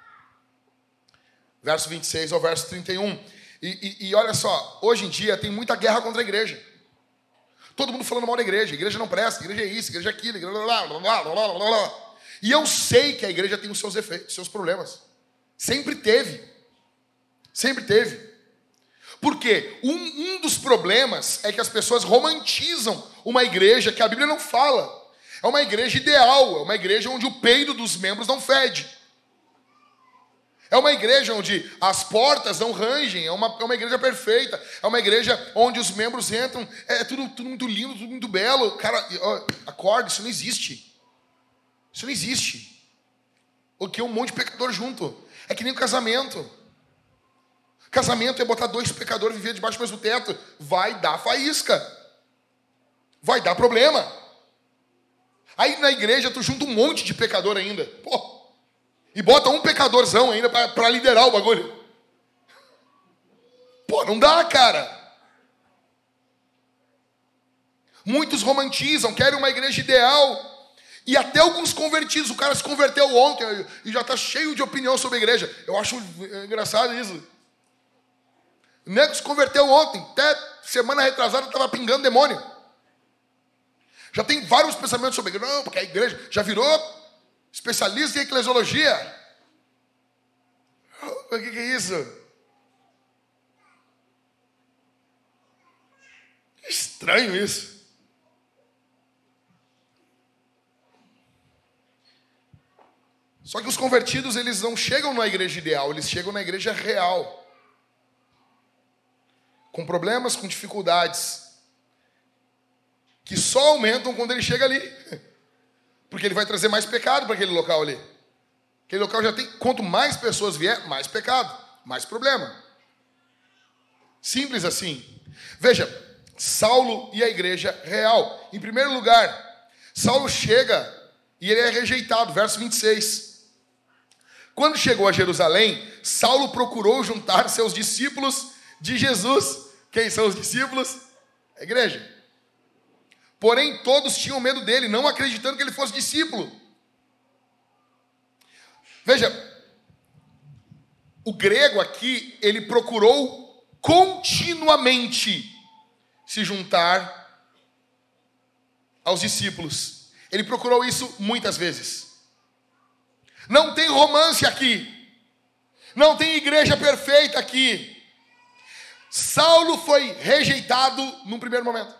Verso vinte e seis ao verso trinta e um. E, e, e olha só, hoje em dia tem muita guerra contra a igreja. Todo mundo falando mal da igreja. A igreja não presta, a igreja é isso, a igreja é aquilo. Blá, blá, blá, blá, blá, blá. E eu sei que a igreja tem os seus defeitos, os seus problemas. Sempre teve. Sempre teve. Por quê? Um, um dos problemas é que as pessoas romantizam uma igreja que a Bíblia não fala. É uma igreja ideal, é uma igreja onde o peido dos membros não fede. É uma igreja onde as portas não rangem, é uma, é uma igreja perfeita, é uma igreja onde os membros entram, é tudo, tudo muito lindo, tudo muito belo. Cara, ó, acorda, isso não existe. Isso não existe. Porque é um monte de pecador junto. É que nem o casamento. Casamento é botar dois pecadores viver debaixo do mesmo teto. Vai dar faísca. Vai dar problema. Aí na igreja tu junta um monte de pecador ainda. Pô. E bota um pecadorzão ainda para liderar o bagulho. Pô, não dá, cara. Muitos romantizam, querem uma igreja ideal. E até alguns convertidos. O cara se converteu ontem e já está cheio de opinião sobre a igreja. Eu acho engraçado isso. O nego se converteu ontem. Até semana retrasada estava pingando demônio. Já tem vários pensamentos sobre a igreja. Não, porque a igreja já virou especialista em eclesiologia. O que, que é isso? Que estranho isso. Só que os convertidos, eles não chegam na igreja ideal, eles chegam na igreja real. Com problemas, com dificuldades. Que só aumentam quando ele chega ali. Porque ele vai trazer mais pecado para aquele local ali. Aquele local já tem... Quanto mais pessoas vier, mais pecado. Mais problema. Simples assim. Veja, Saulo e a igreja real. Em primeiro lugar, Saulo chega e ele é rejeitado. Verso vinte e seis. Quando chegou a Jerusalém, Saulo procurou juntar seus discípulos de Jesus. Quem são os discípulos? A igreja. Porém, todos tinham medo dele, não acreditando que ele fosse discípulo. Veja, o grego aqui, ele procurou continuamente se juntar aos discípulos. Ele procurou isso muitas vezes. Não tem romance aqui. Não tem igreja perfeita aqui. Saulo foi rejeitado num primeiro momento.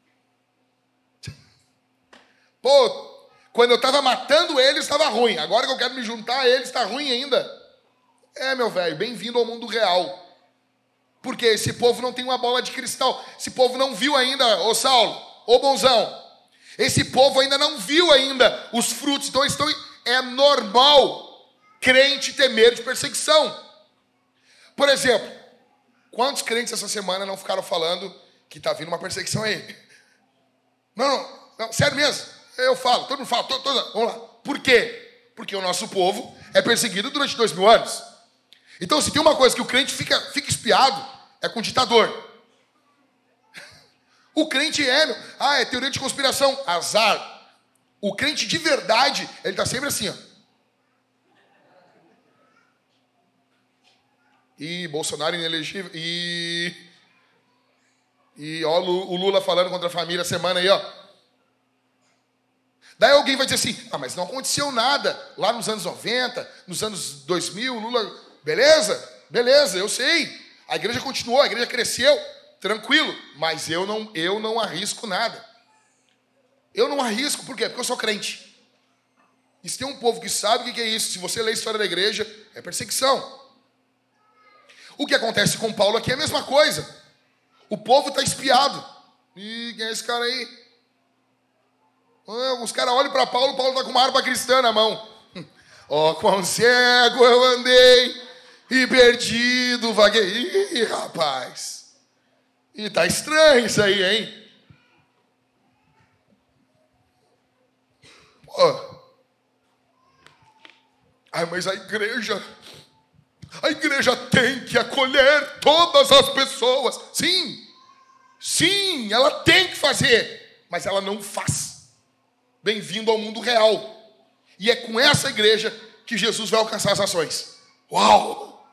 Pô, quando eu estava matando ele, estava ruim. Agora que eu quero me juntar a ele, está ruim ainda. É, meu velho, bem-vindo ao mundo real. Porque esse povo não tem uma bola de cristal. Esse povo não viu ainda, ô Saulo, ô bonzão. Esse povo ainda não viu ainda os frutos. Então, estão, é normal crente ter medo de perseguição. Por exemplo, quantos crentes essa semana não ficaram falando que está vindo uma perseguição aí? Não, não, não, sério mesmo. Eu falo, todo mundo fala, todo, todo, vamos lá. Por quê? Porque o nosso povo é perseguido durante dois mil anos. Então, se tem uma coisa que o crente fica, fica espiado, é com o ditador. O crente é, meu, ah, é teoria de conspiração, azar. O crente de verdade, ele está sempre assim, ó. E Bolsonaro inelegível, e... E ó, o Lula falando contra a família a semana aí, ó. Daí alguém vai dizer assim, ah, mas não aconteceu nada lá nos anos noventa, nos anos dois mil, Lula... Beleza? Beleza, eu sei. A igreja continuou, a igreja cresceu, tranquilo. Mas eu não, eu não arrisco nada. Eu não arrisco, por quê? Porque eu sou crente. E se tem um povo que sabe o que é isso, se você lê a história da igreja, é perseguição. O que acontece com Paulo aqui é a mesma coisa. O povo está espiado. Ih, quem é esse cara aí? Os caras olham para Paulo, Paulo está com uma harpa cristã na mão. Ó, oh, quão cego eu andei e perdido vaguei. Ih, rapaz. E tá estranho isso aí, hein? Pô. Ai, mas a igreja, a igreja tem que acolher todas as pessoas. Sim, sim, ela tem que fazer, mas ela não faz. Bem-vindo ao mundo real. E é com essa igreja que Jesus vai alcançar as nações. Uau!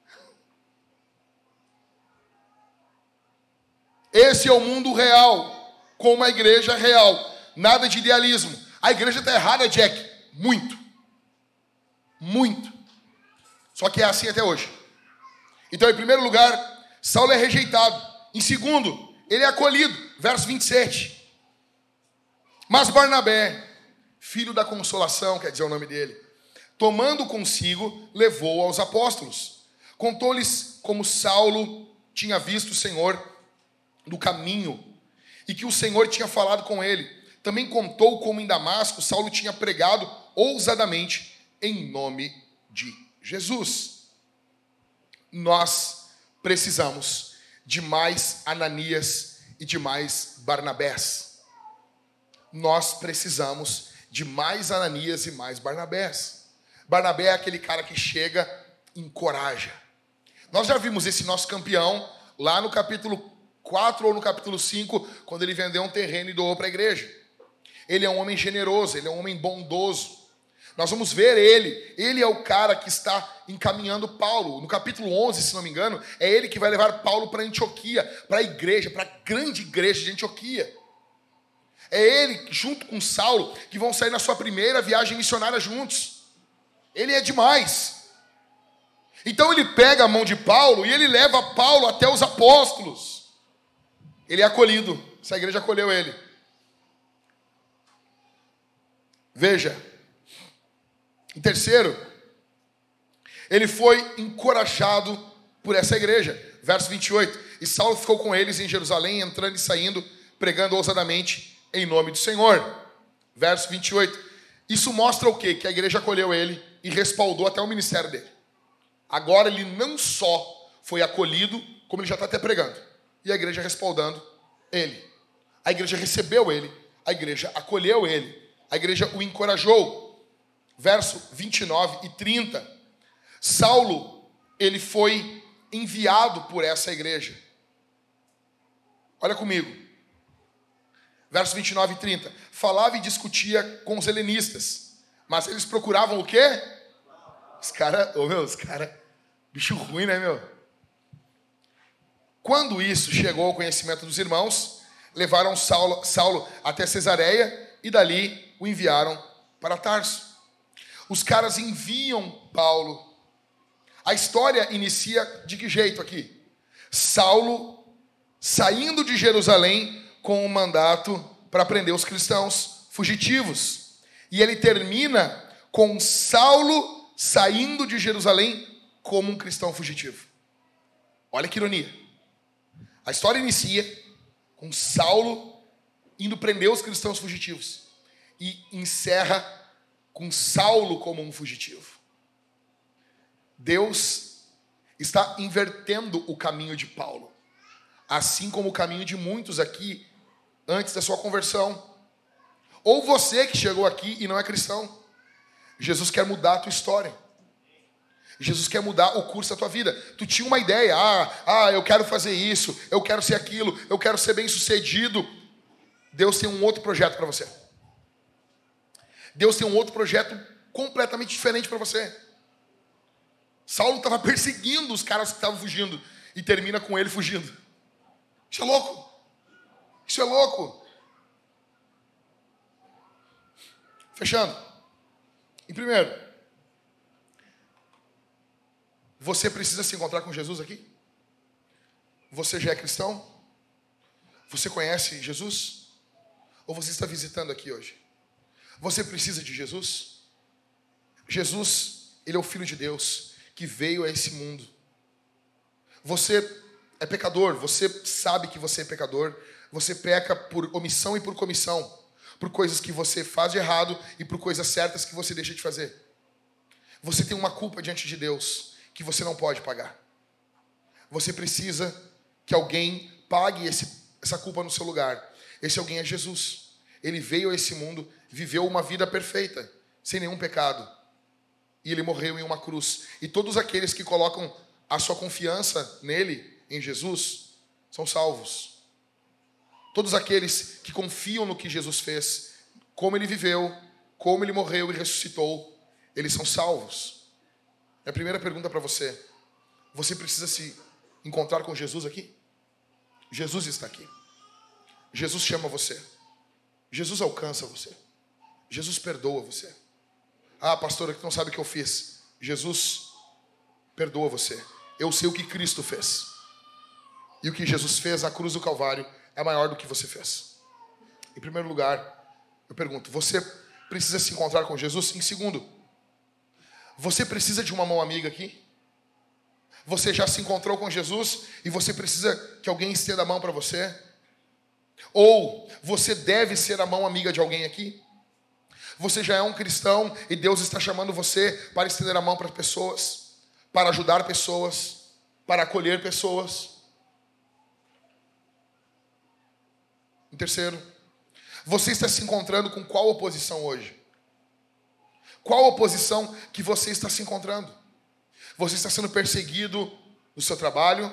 Esse é o mundo real, com uma igreja real. Nada de idealismo. A igreja está errada, Jack. Muito. Muito. Só que é assim até hoje. Então, em primeiro lugar, Saulo é rejeitado. Em segundo, ele é acolhido. Verso vinte e sete. Mas Barnabé, filho da consolação, quer dizer o nome dele, tomando consigo, levou aos apóstolos. Contou-lhes como Saulo tinha visto o Senhor no caminho e que o Senhor tinha falado com ele. Também contou como em Damasco Saulo tinha pregado ousadamente em nome de Jesus. Nós precisamos de mais Ananias e de mais Barnabés. Nós precisamos de mais Ananias e mais Barnabés. Barnabé é aquele cara que chega e encoraja. Nós já vimos esse nosso campeão lá no capítulo quatro ou no capítulo cinco, quando ele vendeu um terreno e doou para a igreja. Ele é um homem generoso, ele é um homem bondoso. Nós vamos ver ele. Ele é o cara que está encaminhando Paulo. No capítulo onze, se não me engano, é ele que vai levar Paulo para Antioquia, para a igreja, para a grande igreja de Antioquia. É ele, junto com Saulo, que vão sair na sua primeira viagem missionária juntos. Ele é demais. Então ele pega a mão de Paulo e ele leva Paulo até os apóstolos. Ele é acolhido. Essa igreja acolheu ele. Veja. Em terceiro, ele foi encorajado por essa igreja. Verso vinte e oito. E Saulo ficou com eles em Jerusalém, entrando e saindo, pregando ousadamente em nome do Senhor. Verso vinte e oito. Isso mostra o quê? Que a igreja acolheu ele e respaldou até o ministério dele. Agora ele não só foi acolhido, como ele já está até pregando. E a igreja respaldando ele. A igreja recebeu ele. A igreja acolheu ele. A igreja o encorajou. Verso vinte e nove e trinta. Saulo, ele foi enviado por essa igreja. Olha comigo. Verso vinte e nove e trinta. Falava e discutia com os helenistas. Mas eles procuravam o quê? Os caras, ô meu, os caras, bicho ruim, né, meu? Quando isso chegou ao conhecimento dos irmãos, levaram Saulo, Saulo até Cesareia e dali o enviaram para Tarso. Os caras enviam Paulo. A história inicia de que jeito aqui? Saulo saindo de Jerusalém com um mandato para prender os cristãos fugitivos. E ele termina com Saulo saindo de Jerusalém como um cristão fugitivo. Olha que ironia. A história inicia com Saulo indo prender os cristãos fugitivos. E encerra com Saulo como um fugitivo. Deus está invertendo o caminho de Paulo. Assim como o caminho de muitos aqui antes da sua conversão. Ou você que chegou aqui e não é cristão. Jesus quer mudar a tua história. Jesus quer mudar o curso da tua vida. Tu tinha uma ideia. Ah, ah, eu quero fazer isso. Eu quero ser aquilo. Eu quero ser bem sucedido. Deus tem um outro projeto para você. Deus tem um outro projeto completamente diferente para você. Saulo estava perseguindo os caras que estavam fugindo. E termina com ele fugindo. Isso é louco. Isso é louco. Fechando. Em primeiro, você precisa se encontrar com Jesus aqui? Você já é cristão? Você conhece Jesus? Ou você está visitando aqui hoje? Você precisa de Jesus? Jesus, ele é o Filho de Deus que veio a esse mundo. Você é pecador, você sabe que você é pecador. Você peca por omissão e por comissão. por coisas que você faz de errado e por coisas certas que você deixa de fazer. Você tem uma culpa diante de Deus que você não pode pagar. Você precisa que alguém pague esse, essa culpa no seu lugar. Esse alguém é Jesus. Ele veio a esse mundo, viveu uma vida perfeita, sem nenhum pecado. E ele morreu em uma cruz. E todos aqueles que colocam a sua confiança nele, em Jesus, são salvos. Todos aqueles que confiam no que Jesus fez, como ele viveu, como ele morreu e ressuscitou, eles são salvos. A primeira pergunta para você: você precisa se encontrar com Jesus aqui? Jesus está aqui. Jesus chama você. Jesus alcança você. Jesus perdoa você. Ah, pastora, que não sabe o que eu fiz. Jesus perdoa você. Eu sei o que Cristo fez. E o que Jesus fez na cruz do Calvário é maior do que você fez. Em primeiro lugar, eu pergunto, você precisa se encontrar com Jesus? Em segundo, você precisa de uma mão amiga aqui? Você já se encontrou com Jesus e você precisa que alguém estenda a mão para você? Ou você deve ser a mão amiga de alguém aqui? Você já é um cristão e Deus está chamando você para estender a mão para pessoas, para ajudar pessoas, para acolher pessoas. Em terceiro, você está se encontrando com qual oposição hoje? Qual oposição que você está se encontrando? Você está sendo perseguido no seu trabalho?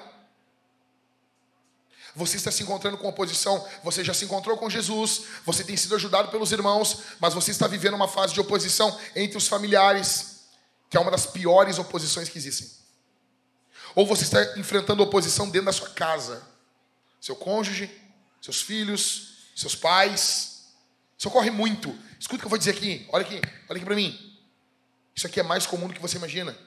Você está se encontrando com oposição? Você já se encontrou com Jesus? Você tem sido ajudado pelos irmãos, mas você está vivendo uma fase de oposição entre os familiares, que é uma das piores oposições que existem. Ou você está enfrentando oposição dentro da sua casa, seu cônjuge, seus filhos, seus pais. Isso ocorre muito. Escuta o que eu vou dizer aqui. Olha aqui, olha aqui para mim. Isso aqui é mais comum do que você imagina.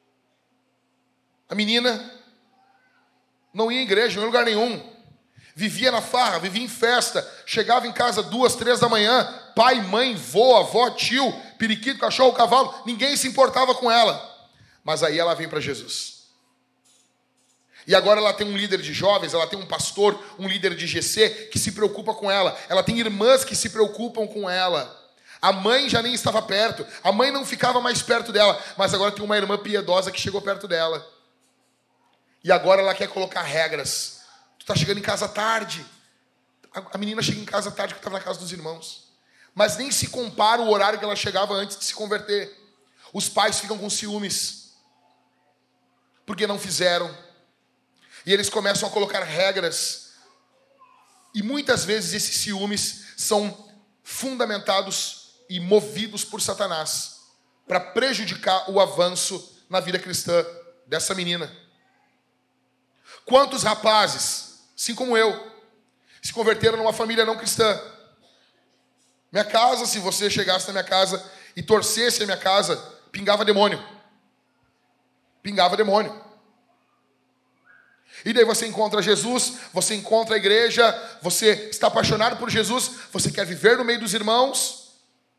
A menina não ia em igreja, não ia em lugar nenhum. Vivia na farra, vivia em festa. Chegava em casa duas, três da manhã. Pai, mãe, vô, avó, tio, periquito, cachorro, cavalo. Ninguém se importava com ela. Mas aí ela vem para Jesus. E agora ela tem um líder de jovens, ela tem um pastor, um líder de G C que se preocupa com ela. Ela tem irmãs que se preocupam com ela. A mãe já nem estava perto. A mãe não ficava mais perto dela. Mas agora tem uma irmã piedosa que chegou perto dela. E agora ela quer colocar regras. Tu está chegando em casa tarde. A menina chega em casa tarde porque estava na casa dos irmãos. Mas nem se compara o horário que ela chegava antes de se converter. Os pais ficam com ciúmes. Porque não fizeram. E eles começam a colocar regras. E muitas vezes esses ciúmes são fundamentados e movidos por Satanás para prejudicar o avanço na vida cristã dessa menina. Quantos rapazes, assim como eu, se converteram numa família não cristã? Minha casa, se você chegasse na minha casa e torcesse a minha casa, pingava demônio. Pingava demônio. E daí você encontra Jesus, você encontra a igreja, você está apaixonado por Jesus, você quer viver no meio dos irmãos,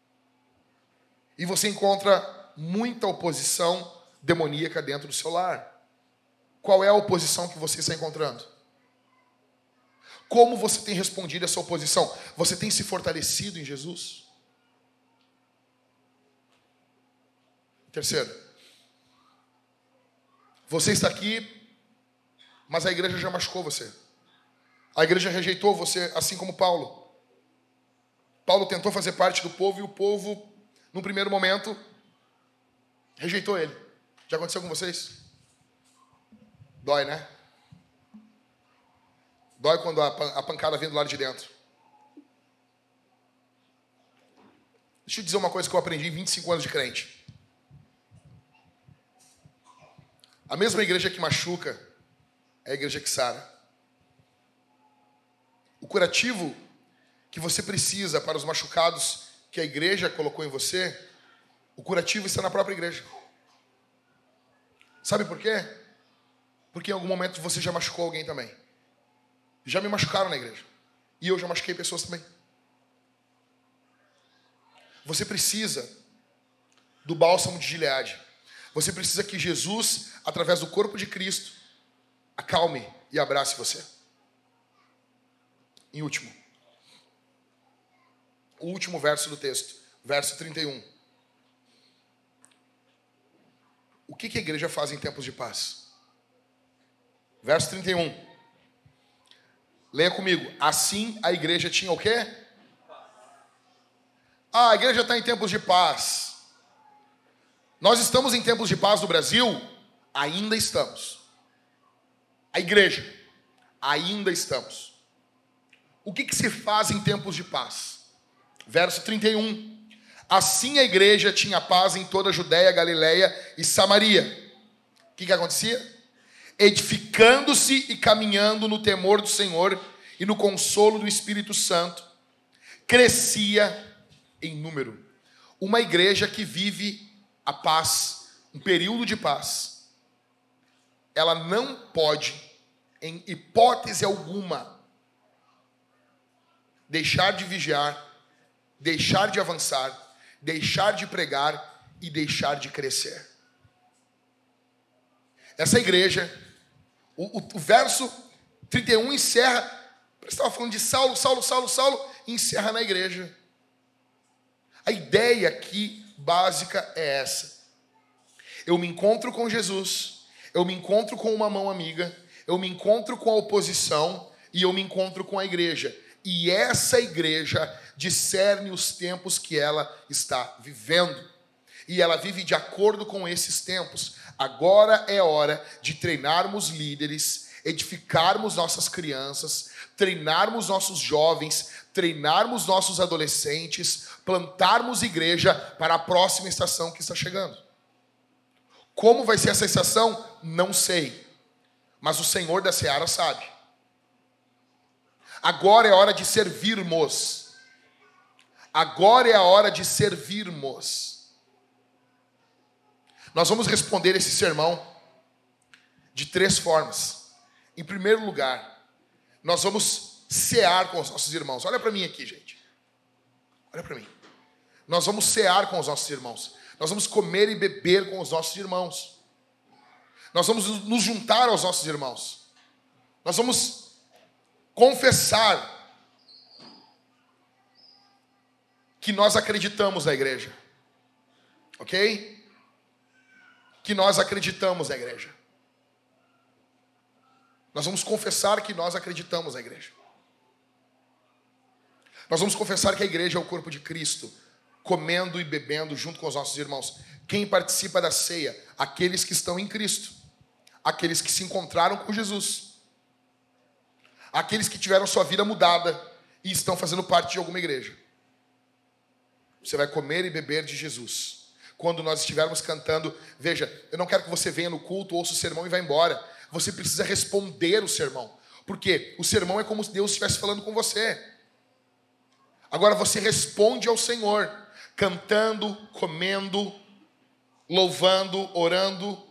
e você encontra muita oposição demoníaca dentro do seu lar. Qual é a oposição que você está encontrando? Como você tem respondido a essa oposição? Você tem se fortalecido em Jesus? Terceiro, você está aqui, mas a igreja já machucou você. A igreja rejeitou você, assim como Paulo. Paulo tentou fazer parte do povo e o povo, no primeiro momento, rejeitou ele. Já aconteceu com vocês? Dói, né? Dói quando a pancada vem do lado de dentro. Deixa eu dizer uma coisa que eu aprendi em vinte e cinco anos de crente. A mesma igreja que machuca é a igreja que sara. O curativo que você precisa para os machucados que a igreja colocou em você, o curativo está na própria igreja. Sabe por quê? Porque em algum momento você já machucou alguém também. Já me machucaram na igreja. E eu já machuquei pessoas também. Você precisa do bálsamo de Gileade. Você precisa que Jesus, através do corpo de Cristo, acalme e abrace você. Em último, o último verso do texto, verso trinta e um. O que, que a igreja faz em tempos de paz? Verso trinta e um. Leia comigo. Assim a igreja tinha o quê? Ah, a igreja está em tempos de paz. Nós estamos em tempos de paz no Brasil? Ainda estamos. A igreja, ainda estamos. O que, que se faz em tempos de paz? Verso trinta e um. Assim a igreja tinha paz em toda a Judéia, Galileia e Samaria. O que, que acontecia? Edificando-se e caminhando no temor do Senhor e no consolo do Espírito Santo, crescia em número. Uma igreja que vive a paz, um período de paz, ela não pode, em hipótese alguma, deixar de vigiar, deixar de avançar, deixar de pregar e deixar de crescer. Essa igreja, o, o, o verso trinta e um encerra, parece que estava falando de Saulo, Saulo, Saulo, Saulo, e encerra na igreja. A ideia aqui, básica, é essa. Eu me encontro com Jesus, eu me encontro com uma mão amiga, eu me encontro com a oposição e eu me encontro com a igreja. E essa igreja discerne os tempos que ela está vivendo. E ela vive de acordo com esses tempos. Agora é hora de treinarmos líderes, edificarmos nossas crianças, treinarmos nossos jovens, treinarmos nossos adolescentes, plantarmos igreja para a próxima estação que está chegando. Como vai ser essa estação? Não sei. Mas o Senhor da Seara sabe. Agora é hora de servirmos. Agora é a hora de servirmos. Nós vamos responder esse sermão de três formas. Em primeiro lugar, nós vamos cear com os nossos irmãos. Olha para mim aqui, gente. Olha para mim. Nós vamos cear com os nossos irmãos. Nós vamos comer e beber com os nossos irmãos. Nós vamos nos juntar aos nossos irmãos. Nós vamos confessar que nós acreditamos na igreja. Ok? Que nós acreditamos na igreja. Nós vamos confessar que nós acreditamos na igreja. Nós vamos confessar que a igreja é o corpo de Cristo, comendo e bebendo junto com os nossos irmãos. Quem participa da ceia? Aqueles que estão em Cristo. Aqueles que se encontraram com Jesus. Aqueles que tiveram sua vida mudada e estão fazendo parte de alguma igreja. Você vai comer e beber de Jesus. Quando nós estivermos cantando, veja, eu não quero que você venha no culto, ouça o sermão e vá embora. Você precisa responder o sermão. Porque o sermão é como se Deus estivesse falando com você. Agora você responde ao Senhor, cantando, comendo, louvando, orando.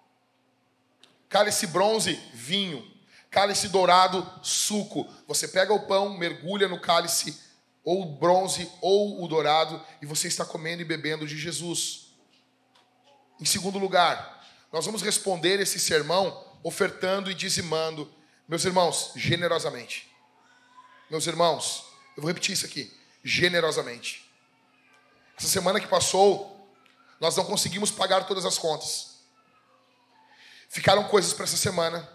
Cálice bronze, vinho. Cálice dourado, suco. Você pega o pão, mergulha no cálice, ou o bronze, ou o dourado, e você está comendo e bebendo de Jesus. Em segundo lugar, nós vamos responder esse sermão ofertando e dizimando, meus irmãos, generosamente. Meus irmãos, eu vou repetir isso aqui, generosamente. Essa semana que passou, nós não conseguimos pagar todas as contas. Ficaram coisas para essa semana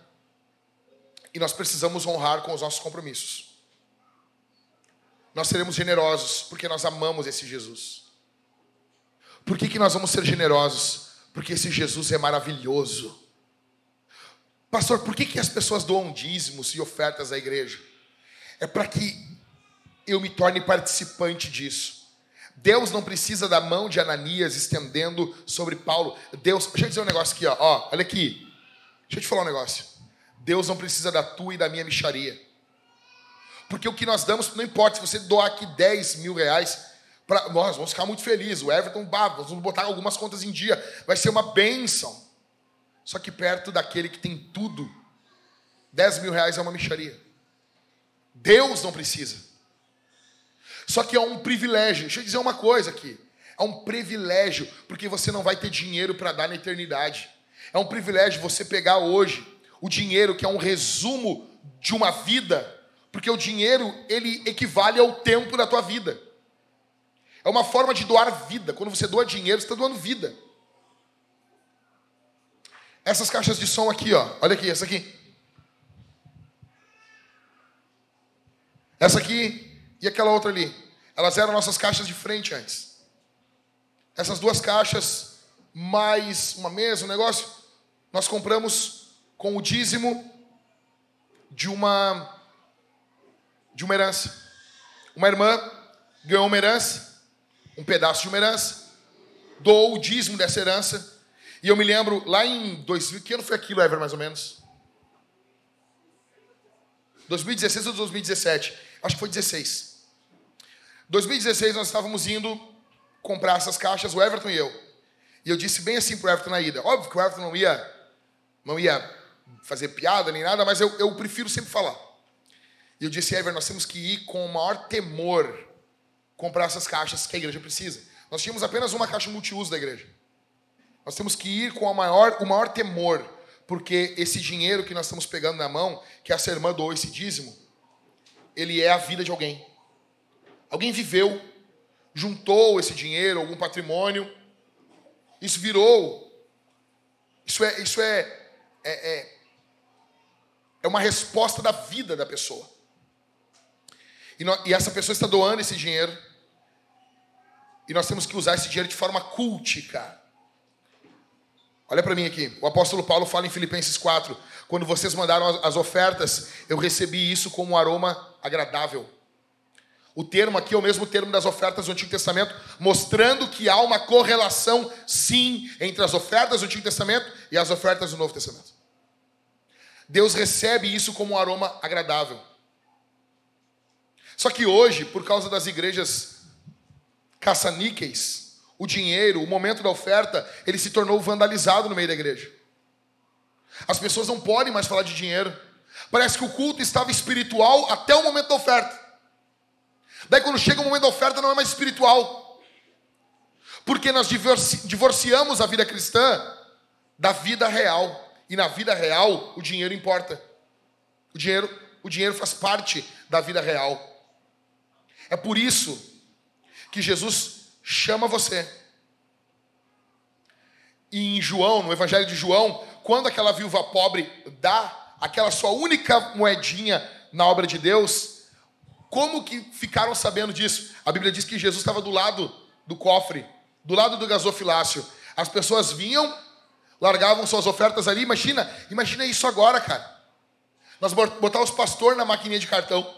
e nós precisamos honrar com os nossos compromissos. Nós seremos generosos porque nós amamos esse Jesus. Por que que nós vamos ser generosos? Porque esse Jesus é maravilhoso. Pastor, por que que as pessoas doam dízimos e ofertas à igreja? É para que eu me torne participante disso. Deus não precisa da mão de Ananias estendendo sobre Paulo. Deus, deixa eu dizer um negócio aqui, ó. Ó, olha aqui. Deixa eu te falar um negócio. Deus não precisa da tua e da minha mixaria. Porque o que nós damos, não importa, se você doar aqui dez mil reais, pra, nós vamos ficar muito felizes. O Everton, bah, nós vamos botar algumas contas em dia. Vai ser uma bênção. Só que perto daquele que tem tudo, dez mil reais é uma mixaria. Deus não precisa. Só que é um privilégio. Deixa eu dizer uma coisa aqui. É um privilégio, porque você não vai ter dinheiro para dar na eternidade. É um privilégio você pegar hoje o dinheiro, que é um resumo de uma vida, porque o dinheiro, ele equivale ao tempo da tua vida. É uma forma de doar vida. Quando você doa dinheiro, você está doando vida. Essas caixas de som aqui, ó. Olha aqui, essa aqui. Essa aqui e aquela outra ali. Elas eram nossas caixas de frente antes. Essas duas caixas, mais uma mesa, um negócio, nós compramos com o dízimo de uma, de uma herança. Uma irmã ganhou uma herança, um pedaço de uma herança, doou o dízimo dessa herança. E eu me lembro, lá em dois mil, que ano foi aquilo, Ever, mais ou menos? dois mil e dezesseis ou dois mil e dezessete? Acho que foi dezesseis. dois mil e dezesseis nós estávamos indo comprar essas caixas, o Everton e eu. E eu disse bem assim pro Everton na ida. Óbvio que o Everton não ia, não ia fazer piada nem nada, mas eu, eu prefiro sempre falar. E eu disse, Everton, nós temos que ir com o maior temor comprar essas caixas que a igreja precisa. Nós tínhamos apenas uma caixa multiuso da igreja. Nós temos que ir com a maior, o maior temor, porque esse dinheiro que nós estamos pegando na mão, que essa irmã doou esse dízimo, ele é a vida de alguém. Alguém viveu, juntou esse dinheiro, algum patrimônio, isso virou, isso é, isso é, é, é, é uma resposta da vida da pessoa. E, nós, e essa pessoa está doando esse dinheiro, e nós temos que usar esse dinheiro de forma cultica. Olha para mim aqui, o apóstolo Paulo fala em Filipenses quatro, quando vocês mandaram as ofertas, eu recebi isso como um aroma agradável. O termo aqui é o mesmo termo das ofertas do Antigo Testamento, mostrando que há uma correlação, sim, entre as ofertas do Antigo Testamento e as ofertas do Novo Testamento. Deus recebe isso como um aroma agradável. Só que hoje, por causa das igrejas caça-níqueis, o dinheiro, o momento da oferta, ele se tornou vandalizado no meio da igreja. As pessoas não podem mais falar de dinheiro. Parece que o culto estava espiritual até o momento da oferta. Daí quando chega o momento da oferta não é mais espiritual. Porque nós divorci- divorciamos a vida cristã da vida real. E na vida real o dinheiro importa. O dinheiro, o dinheiro faz parte da vida real. É por isso que Jesus chama você. E em João, no Evangelho de João, quando aquela viúva pobre dá aquela sua única moedinha na obra de Deus, como que ficaram sabendo disso? A Bíblia diz que Jesus estava do lado do cofre, do lado do gasofilácio. As pessoas vinham, largavam suas ofertas ali. Imagina, imagina isso agora, cara. Nós botar os pastores na maquininha de cartão.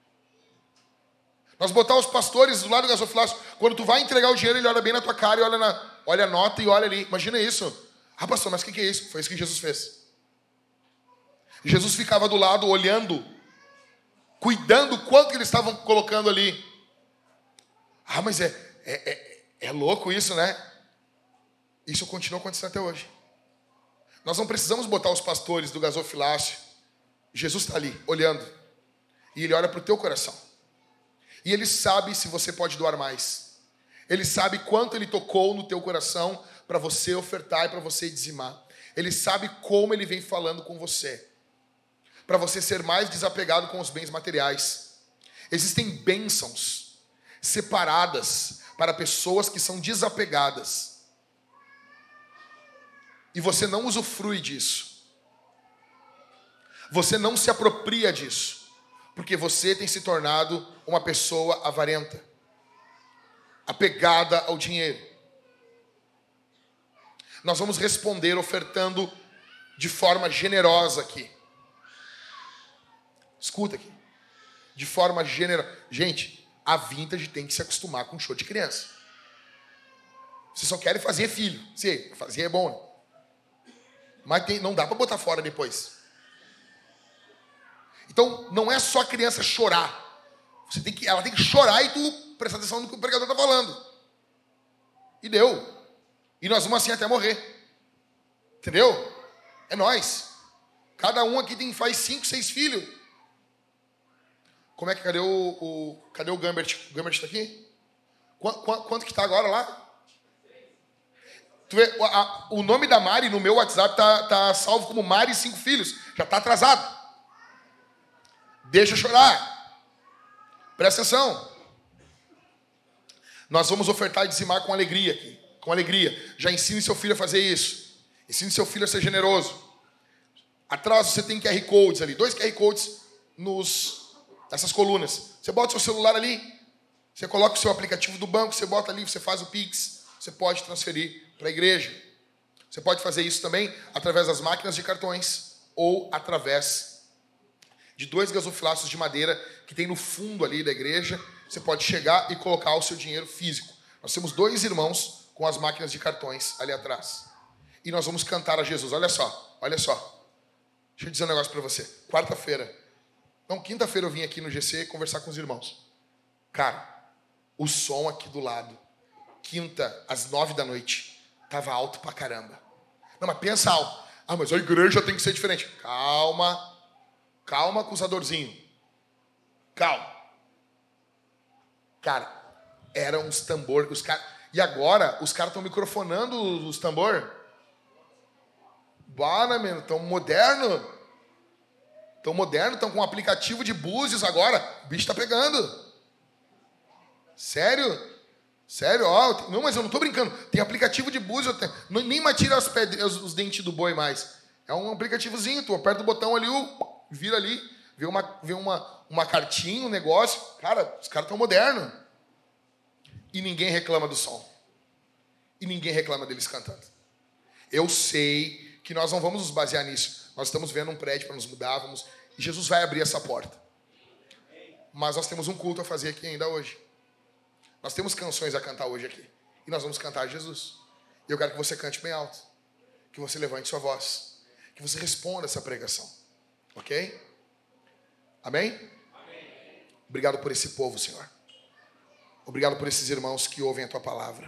Nós botar os pastores do lado do gasofilácio. Quando tu vai entregar o dinheiro, ele olha bem na tua cara e olha, na, olha a nota e olha ali. Imagina isso. Ah, pastor, mas o que, que é isso? Foi isso que Jesus fez. Jesus ficava do lado, olhando, cuidando quanto que eles estavam colocando ali. Ah, mas é, é, é, é louco isso, né? Isso continua acontecendo até hoje. Nós não precisamos botar os pastores do gasofilácio. Jesus está ali, olhando. E ele olha para o teu coração. E ele sabe se você pode doar mais. Ele sabe quanto ele tocou no teu coração para você ofertar e para você dizimar. Ele sabe como ele vem falando com você. Para você ser mais desapegado com os bens materiais. Existem bênçãos separadas para pessoas que são desapegadas. E você não usufrui disso. Você não se apropria disso. Porque você tem se tornado uma pessoa avarenta, apegada ao dinheiro. Nós vamos responder ofertando de forma generosa aqui. Escuta aqui. De forma generosa. Gente, a Vintage tem que se acostumar com show de criança. Vocês só querem fazer filho. Sim, fazer é bom, né? Mas tem, não dá para botar fora depois. Então, não é só a criança chorar. Você tem que, ela tem que chorar e tu prestar atenção no que o pregador está falando. E deu. E nós vamos assim até morrer. Entendeu? É nós. Cada um aqui tem, faz cinco, seis filhos. Como é que, cadê o, o cadê o Gambert? O Gambert está aqui? Quanto, quanto, quanto que está agora lá? Tu vê, a, o nome da Mari no meu WhatsApp está tá salvo como Mari e cinco filhos. Já está atrasado. Deixa chorar. Presta atenção. Nós vamos ofertar e dizimar com alegria aqui. Com alegria. Já ensine seu filho a fazer isso. Ensine seu filho a ser generoso. Atrás você tem Q R Codes ali. Dois Q R Codes nos, nessas colunas. Você bota o seu celular ali. Você coloca o seu aplicativo do banco. Você bota ali, você faz o Pix. Você pode transferir para a igreja. Você pode fazer isso também através das máquinas de cartões ou através de dois gasofilaços de madeira que tem no fundo ali da igreja. Você pode chegar e colocar o seu dinheiro físico. Nós temos dois irmãos com as máquinas de cartões ali atrás. E nós vamos cantar a Jesus. Olha só, olha só. Deixa eu dizer um negócio para você. Quarta-feira, não, quinta-feira eu vim aqui no G C conversar com os irmãos. Cara, o som aqui do lado, quinta, às nove da noite, tava alto pra caramba. Não, mas pensa alto. Ah, mas a igreja tem que ser diferente. Calma. Calma, acusadorzinho. Calma. Cara, eram uns tambor. Os cara... E agora, os caras estão microfonando os tambor. Bora, mano. Estão moderno. Estão moderno. Estão com um aplicativo de búzios agora. O bicho tá pegando. Sério? Sério? Ó, não, mas eu não tô brincando. Tem aplicativo de búzios. Tenho... Nem mais tira as pedras, os dentes do boi mais. É um aplicativozinho. Tu aperta o botão ali, vira ali. Vê uma, vê uma, uma cartinha, um negócio. Cara, os caras estão modernos. E ninguém reclama do som. E ninguém reclama deles cantando. Eu sei que nós não vamos nos basear nisso. Nós estamos vendo um prédio para nos mudar. Vamos... E Jesus vai abrir essa porta. Mas nós temos um culto a fazer aqui ainda hoje. Nós temos canções a cantar hoje aqui. E nós vamos cantar a Jesus. E eu quero que você cante bem alto. Que você levante sua voz. Que você responda essa pregação. Ok? Amém? Amém? Obrigado por esse povo, Senhor. Obrigado por esses irmãos que ouvem a Tua palavra.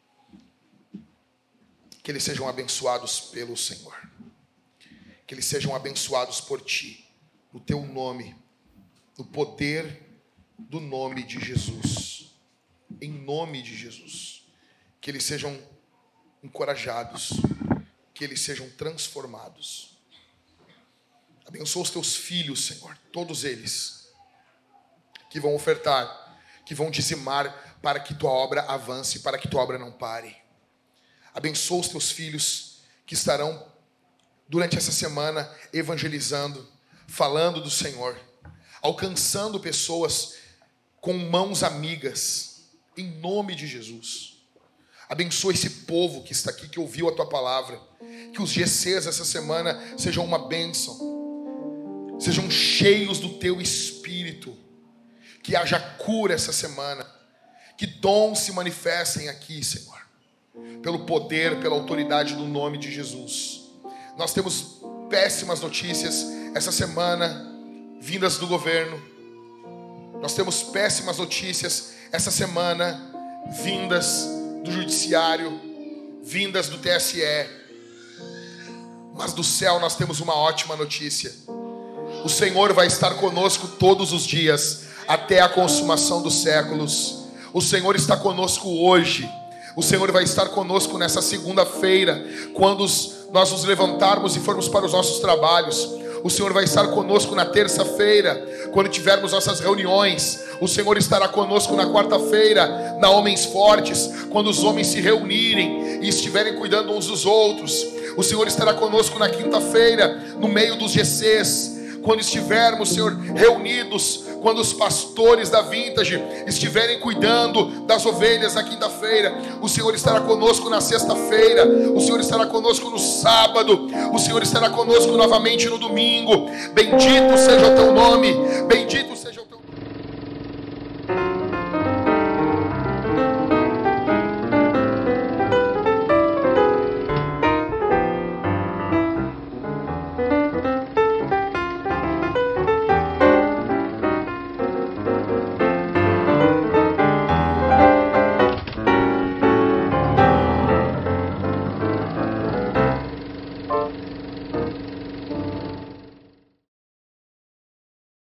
Que eles sejam abençoados pelo Senhor. Que eles sejam abençoados por Ti. No Teu nome. No poder do nome de Jesus. Em nome de Jesus. Que eles sejam encorajados. Que eles sejam transformados. Abençoa os Teus filhos, Senhor. Todos eles. Que vão ofertar. Que vão dizimar para que Tua obra avance. Para que Tua obra não pare. Abençoa os Teus filhos que estarão durante essa semana evangelizando. Falando do Senhor. Alcançando pessoas com mãos amigas. Em nome de Jesus. Abençoa esse povo que está aqui, que ouviu a Tua palavra. Que os G Cs essa semana sejam uma bênção. Sejam cheios do Teu Espírito. Que haja cura essa semana. Que dons se manifestem aqui, Senhor. Pelo poder, pela autoridade do nome de Jesus. Nós temos péssimas notícias essa semana, vindas do governo. Nós temos péssimas notícias essa semana, vindas do judiciário, vindas do T S E. Mas do céu nós temos uma ótima notícia. O Senhor vai estar conosco todos os dias, até a consumação dos séculos. O Senhor está conosco hoje. O Senhor vai estar conosco nessa segunda-feira, quando nós nos levantarmos e formos para os nossos trabalhos. O Senhor vai estar conosco na terça-feira, quando tivermos nossas reuniões. O Senhor estará conosco na quarta-feira, na Homens Fortes, quando os homens se reunirem e estiverem cuidando uns dos outros. O Senhor estará conosco na quinta-feira, no meio dos G Cs, quando estivermos, Senhor, reunidos, quando os pastores da Vintage estiverem cuidando das ovelhas na quinta-feira. O Senhor estará conosco na sexta-feira. O Senhor estará conosco no sábado. O Senhor estará conosco novamente no domingo. Bendito seja o Teu nome. Bendito